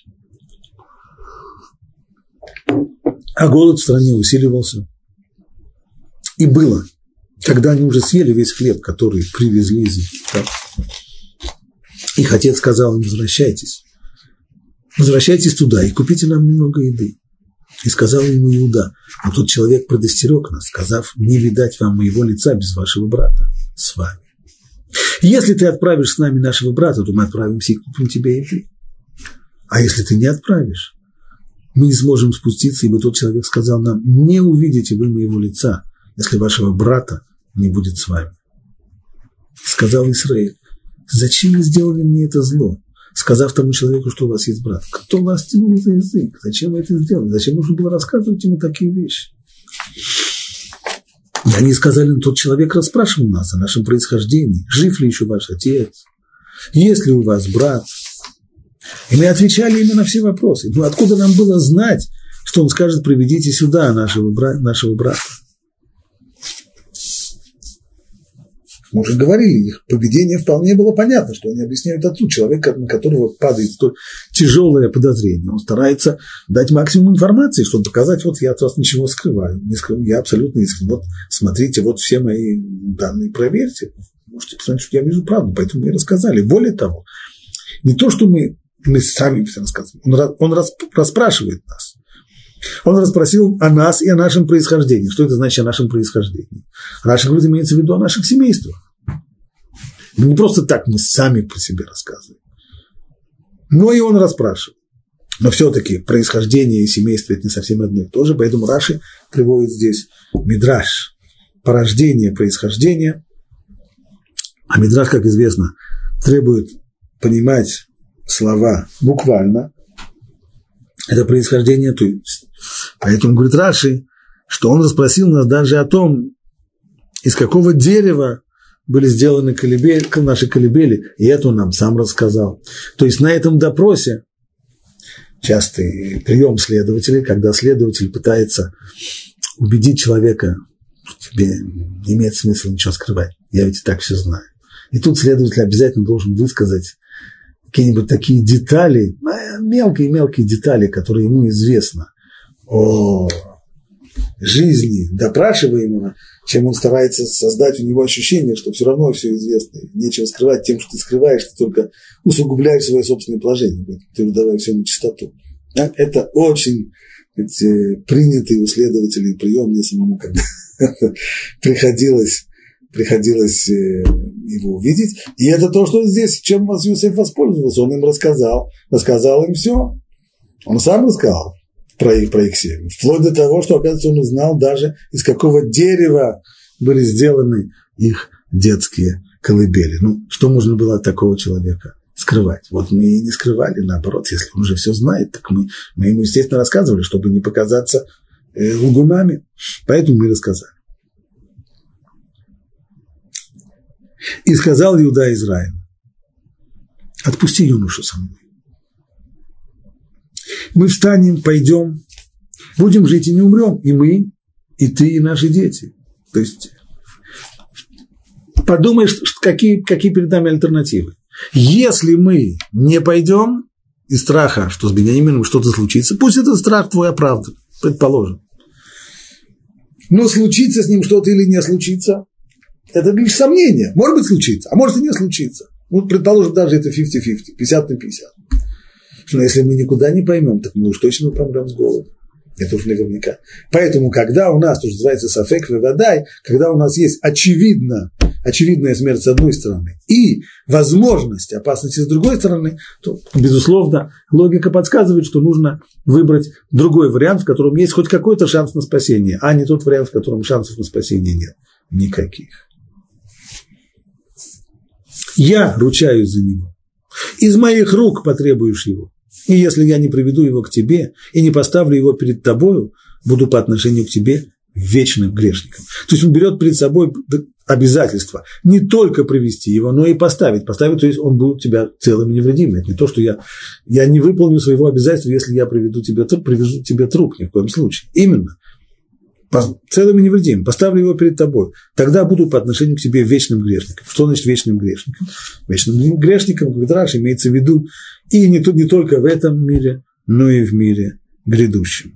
А голод в стране усиливался. И было, когда они уже съели весь хлеб, который привезли из Египта. Их отец сказал им: возвращайтесь. Возвращайтесь туда и купите нам немного еды. И сказал ему Иуда: но тот человек предостерег нас, сказав: не видать вам моего лица без вашего брата с вами. Если ты отправишь с нами нашего брата, то мы отправимся и купим тебе еды. А если ты не отправишь, мы не сможем спуститься, ибо тот человек сказал нам: не увидите вы моего лица, если вашего брата не будет с вами. Сказал Исраиль: зачем вы сделали мне это зло, сказав тому человеку, что у вас есть брат? Кто вас тянул за язык? Зачем вы это сделали? Зачем нужно было рассказывать ему такие вещи? И они сказали: тот человек расспрашивал нас о нашем происхождении, жив ли еще ваш отец, есть ли у вас брат. И мы отвечали ему на все вопросы. Ну, откуда нам было знать, что он скажет: приведите сюда нашего брата? Мы уже говорили, их поведение вполне было понятно, что они объясняют отцу. Человек, на которого падает столь тяжелое подозрение, он старается дать максимум информации, чтобы показать: вот я от вас ничего скрываю, я абсолютно искренне. Вот смотрите, вот все мои данные, проверьте. Можете посмотреть, что я вижу правду, поэтому мне рассказали. Более того, не то, что мы сами все рассказываем, он расспрашивает нас. Он расспросил о нас и о нашем происхождении. Что это значит о нашем происхождении? О наших, имеется в виду о наших семействах. Не просто так мы сами по себе рассказываем. Но и он расспрашивает. Но все-таки происхождение и семейство – это не совсем одно и то же. Поэтому Раши приводит здесь мидраш. Порождение, происхождение. А мидраш, как известно, требует понимать слова буквально. Это происхождение, то есть. Поэтому говорит Раши, что он расспросил нас даже о том, из какого дерева были сделаны наши колыбели, и это он нам сам рассказал. То есть на этом допросе частый прием следователей, когда следователь пытается убедить человека: тебе не имеет смысла ничего скрывать, я ведь и так все знаю. И тут следователь обязательно должен высказать какие-нибудь такие детали, мелкие детали, которые ему известно о жизни допрашиваемого, чем он старается создать у него ощущение, что все равно все известно, нечего скрывать. Тем, что ты скрываешь, ты только усугубляешь свое собственное положение, ты выдавай все на чистоту. Это очень принятый у следователей прием, мне самому когда приходилось его увидеть. И это то, что здесь, чем Йосеф воспользовался. Он им рассказал им все. Он сам рассказал про их семью. Вплоть до того, что, оказывается, он узнал даже, из какого дерева были сделаны их детские колыбели. Ну, что можно было от такого человека скрывать? Вот мы и не скрывали, наоборот, если он уже все знает, так мы ему, естественно, рассказывали, чтобы не показаться лгунами. Поэтому мы рассказали. И сказал Иуда Израилю: отпусти юношу со мной. Мы встанем, пойдем, будем жить и не умрем, и мы, и ты, и наши дети. То есть подумаешь, какие перед нами альтернативы. Если мы не пойдем из страха, что с Биньямином что-то случится, пусть этот страх твой оправдан, предположим. Но случится с ним что-то или не случится, это лишь сомнение. Может быть, случится, а может и не случится. Ну, предположим, даже это 50-50, 50 на 50. Но если мы никуда не поймем, так мы уж точно помрем с голоду. Это уж наверняка. Поэтому, когда у нас, то, что называется сафек вевадай, когда у нас есть очевидная смерть с одной стороны и возможность опасности с другой стороны, то, безусловно, логика подсказывает, что нужно выбрать другой вариант, в котором есть хоть какой-то шанс на спасение, а не тот вариант, в котором шансов на спасение нет никаких. Я ручаюсь за него. Из моих рук потребуешь его. И если я не приведу его к тебе и не поставлю его перед тобою, буду по отношению к тебе вечным грешником. То есть он берет перед собой обязательство не только привести его, но и поставить. Поставить, то есть он будет у тебя целым и невредимым. Это не то, что я не выполню своего обязательства, если я приведу тебе труп, ни в коем случае. Именно. Целым и невредимым. Поставлю его перед тобой. Тогда буду по отношению к тебе вечным грешником. Что значит вечным грешником? Вечным грешником, говорит Раши, имеется в виду и не только в этом мире, но и в мире грядущем.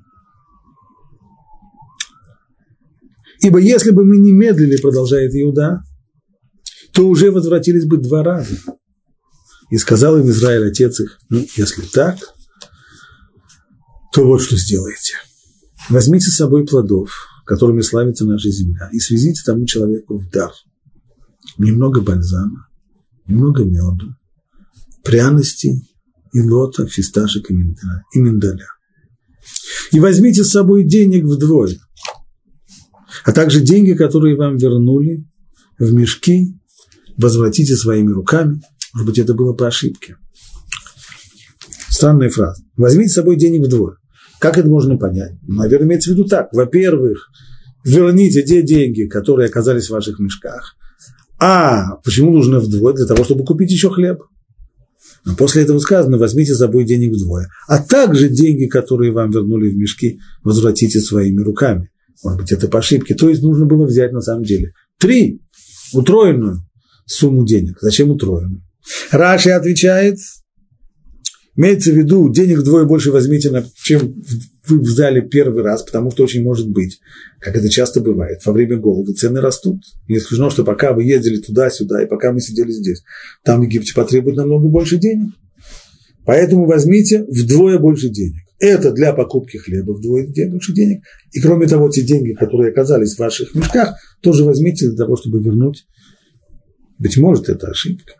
Ибо если бы мы не медлили, продолжает Иуда, то уже возвратились бы 2 раза. И сказал им Израиль, отец их, если так, то вот что сделайте. Возьмите с собой плодов, которыми славится наша земля, и свезите тому человеку в дар немного бальзама, немного меду, пряностей, илота, фисташек и миндаля. И возьмите с собой денег вдвое, а также деньги, которые вам вернули, в мешки, возвратите своими руками. Может быть, это было по ошибке. Странная фраза. Возьмите с собой денег вдвое. Как это можно понять? Наверное, имеется в виду так. Во-первых, верните те деньги, которые оказались в ваших мешках. А почему нужно вдвое? Для того, чтобы купить еще хлеб. А после этого сказано, возьмите с собой денег вдвое. А также деньги, которые вам вернули в мешки, возвратите своими руками. Может быть, это по ошибке. То есть нужно было взять на самом деле 3 утроенную сумму денег. Зачем утроенную? Раши отвечает, имеется в виду, денег вдвое больше возьмите, чем вы взяли первый раз, потому что очень может быть, как это часто бывает, во время голода цены растут. Не исключено, что пока вы ездили туда-сюда, и пока мы сидели здесь, там в Египте потребует намного больше денег. Поэтому возьмите вдвое больше денег. Это для покупки хлеба вдвое больше денег. И кроме того, те деньги, которые оказались в ваших мешках, тоже возьмите для того, чтобы вернуть. Быть может, это ошибка.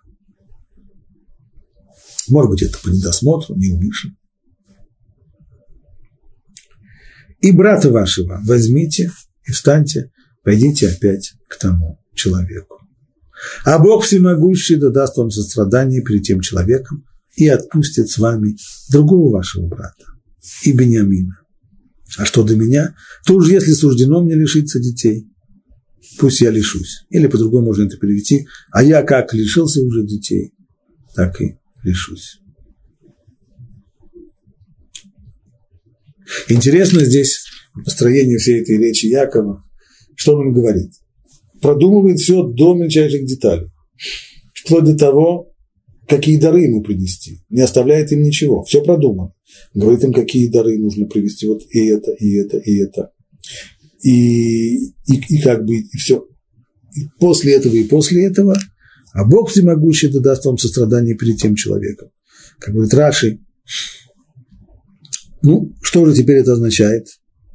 Может быть, это по недосмотру, неумышленно. И брата вашего возьмите и встаньте, пойдите опять к тому человеку. А Бог всемогущий даст вам сострадание перед тем человеком и отпустит с вами другого вашего брата, и Беньямина. А что до меня, то уж если суждено мне лишиться детей, пусть я лишусь. Или по-другому можно это перевести, а я как лишился уже детей, так и лишусь. Интересно здесь построение всей этой речи Якова. Что он говорит? Продумывает все до мельчайших деталей. Вплоть до того, какие дары ему принести. Не оставляет им ничего. Все продумано. Говорит им, какие дары нужно привести. Вот и это, и это, и это. И как бы, и все. И после этого, а Бог всемогущий даст вам сострадание перед тем человеком. Как говорит Раши, что же теперь это означает?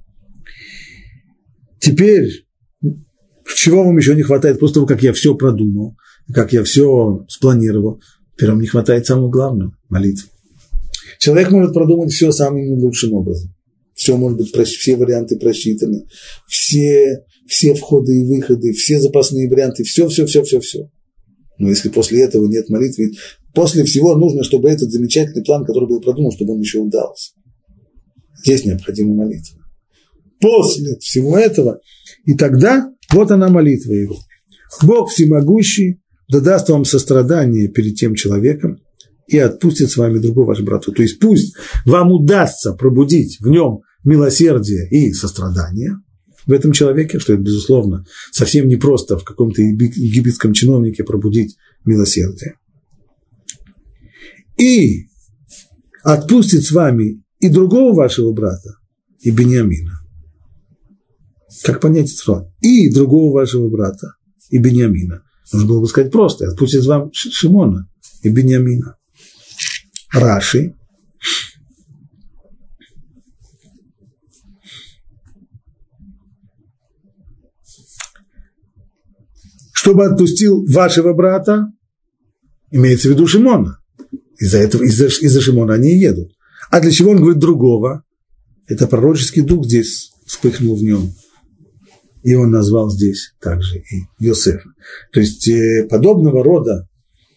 Теперь, чего вам еще не хватает? После того, как я все продумал, как я все спланировал, теперь вам не хватает самого главного – молитвы. Человек может продумать все самым лучшим образом. Все может быть, все варианты просчитаны, все входы и выходы, все запасные варианты, все. Но если после этого нет молитвы, после всего нужно, чтобы этот замечательный план, который был продуман, чтобы он еще удался. Здесь необходима молитва. После всего этого, и тогда вот она молитва его. Бог всемогущий даст вам сострадание перед тем человеком и отпустит с вами другого вашего брата. То есть пусть вам удастся пробудить в нем милосердие и сострадание в этом человеке, что это, безусловно, совсем непросто в каком-то египетском чиновнике пробудить милосердие. И отпустит с вами и другого вашего брата, и Беньямина. Как понять это слово? И другого вашего брата, и Беньямина. Нужно было бы сказать просто. Отпустит вам Шимона и Беньямина. Раши. Чтобы отпустил вашего брата, имеется в виду Шимона. Из-за Шимона они и едут. А для чего он говорит другого? Это пророческий дух здесь вспыхнул в нем. И он назвал здесь также и Йосефа. То есть подобного рода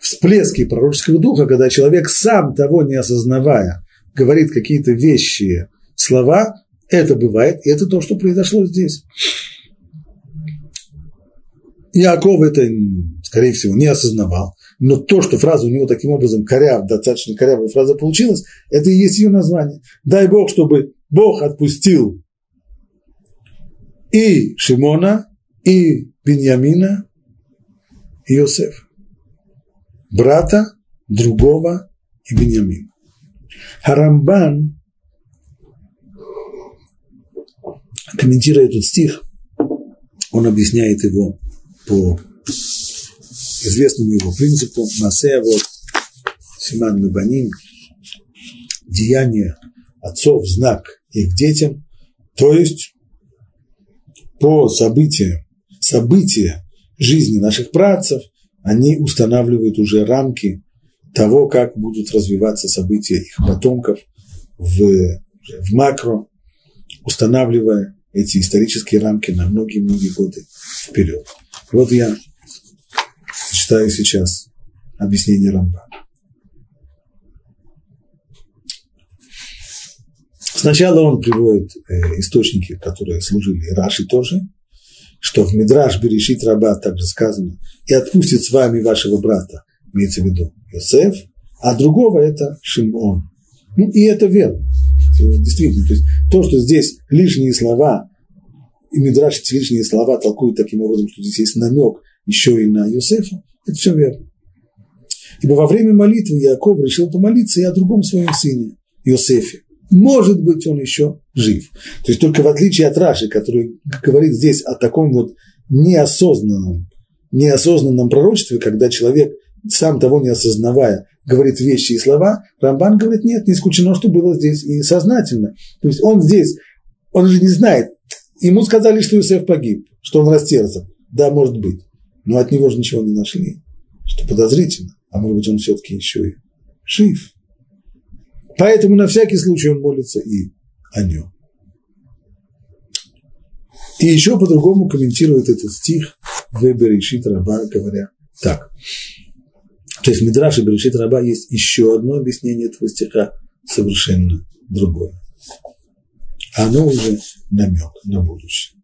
всплески пророческого духа, когда человек, сам того не осознавая, говорит какие-то вещи, слова, это бывает, и это то, что произошло здесь. Иаков это, скорее всего, не осознавал, но то, что фраза у него таким образом достаточно корявая фраза получилась, это и есть ее название. Дай Бог, чтобы Бог отпустил и Шимона, и Биньямина, и Йосефа, брата другого и Биньямина. Харамбан, комментируя этот стих, он объясняет его по известному его принципу Маасeh Авот Симан Лебаним, деяние отцов, знак их детям, то есть по события жизни наших праотцев, они устанавливают уже рамки того, как будут развиваться события их потомков в макро, устанавливая эти исторические рамки на многие-многие годы вперед. Вот я читаю сейчас объяснение Рамбана. Сначала он приводит источники, которые служили, и Раши тоже, что в Мидраш Берешит Раба также сказано, и отпустит с вами вашего брата, имеется в виду Йосеф, а другого это Шимон. Ну, и это верно. Действительно, то есть то, что здесь лишние слова, и Мидраш эти лишние слова толкуют таким образом, что здесь есть намек еще и на Йосефа, это все верно. Ибо во время молитвы Иаков решил помолиться и о другом своем сыне, Йосефе. Может быть, он еще жив. То есть только в отличие от Раши, который говорит здесь о таком вот неосознанном пророчестве, когда человек, сам того не осознавая, говорит вещи и слова, Рамбан говорит, нет, не исключено, что было здесь и сознательно. То есть он здесь, он же не знает, ему сказали, что Йосеф погиб, что он растерзан. Да, может быть, но от него же ничего не нашли, что подозрительно, а может быть, он все-таки еще и жив. Поэтому на всякий случай он молится и о нем. И еще по-другому комментирует этот стих в Берешит Раба, говоря так. То есть в Мидраше Берешит Раба есть еще одно объяснение этого стиха, совершенно другое. Оно уже намек на будущее.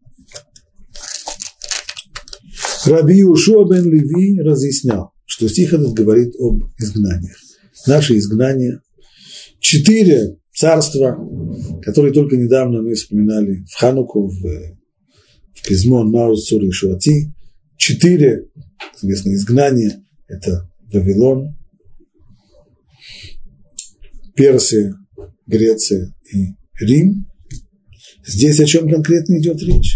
Раби Йеошуа бен Леви разъяснял, что стих этот говорит об изгнаниях. Наше изгнание, 4 царства, которые только недавно мы вспоминали в Хануку, в Пизмон, Мауз, Цур и Шуати. 4, известно, изгнания – это Вавилон, Персия, Греция и Рим. Здесь о чем конкретно идет речь?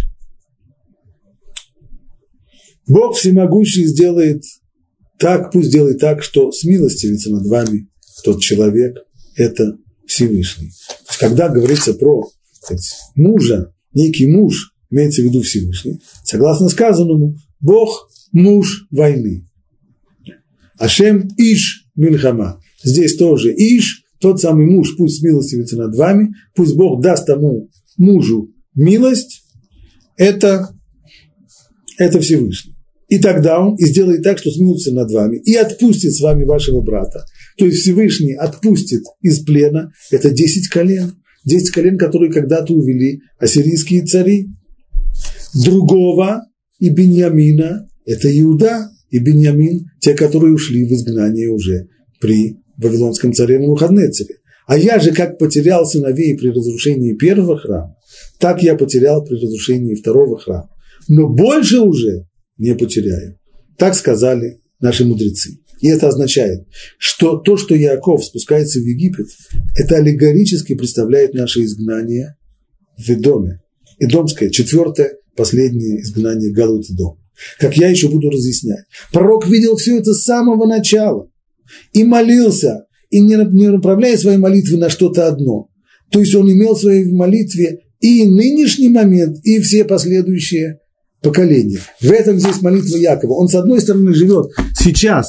Бог всемогущий сделает так, пусть сделает так, что смилостивится над вами тот человек, это Всевышний. То есть, когда говорится про мужа, некий муж, имеется в виду Всевышний, согласно сказанному, Бог – муж войны. Ашем Иш Мильхама. Здесь тоже Иш, тот самый муж, пусть смилостивится над вами, пусть Бог даст тому мужу милость, это Всевышний. И тогда он и сделает так, что смилуется над вами, и отпустит с вами вашего брата. То есть Всевышний отпустит из плена, это 10 колен, которые когда-то увели ассирийские цари. Другого и Биньямина, это Иуда и Биньямин, те, которые ушли в изгнание уже при вавилонском царе Навуходоносоре. А я же, как потерял сыновей при разрушении первого храма, так я потерял при разрушении второго храма. Но больше уже не потеряю. Так сказали наши мудрецы. И это означает, что то, что Иаков спускается в Египет, это аллегорически представляет наше изгнание в Эдоме. Эдомское, 4-е, последнее изгнание Галут Эдом. Как я еще буду разъяснять. Пророк видел все это с самого начала. И молился, и не направляя свои молитвы на что-то одно. То есть он имел в своей молитве и нынешний момент, и все последующие поколения. В этом здесь молитва Якова. Он, с одной стороны, живет сейчас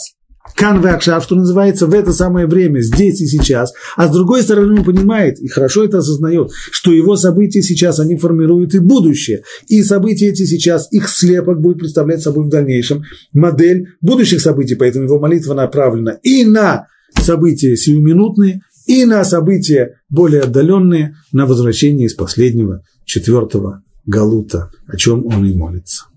Кан веакшав, что называется, в это самое время, здесь и сейчас. А с другой стороны, он понимает, и хорошо это осознает, что его события сейчас, они формируют и будущее. И события эти сейчас, их слепок будет представлять собой в дальнейшем модель будущих событий. Поэтому его молитва направлена и на события сиюминутные, и на события более отдаленные, на возвращение из последнего, 4-го галута, о чем он и молится.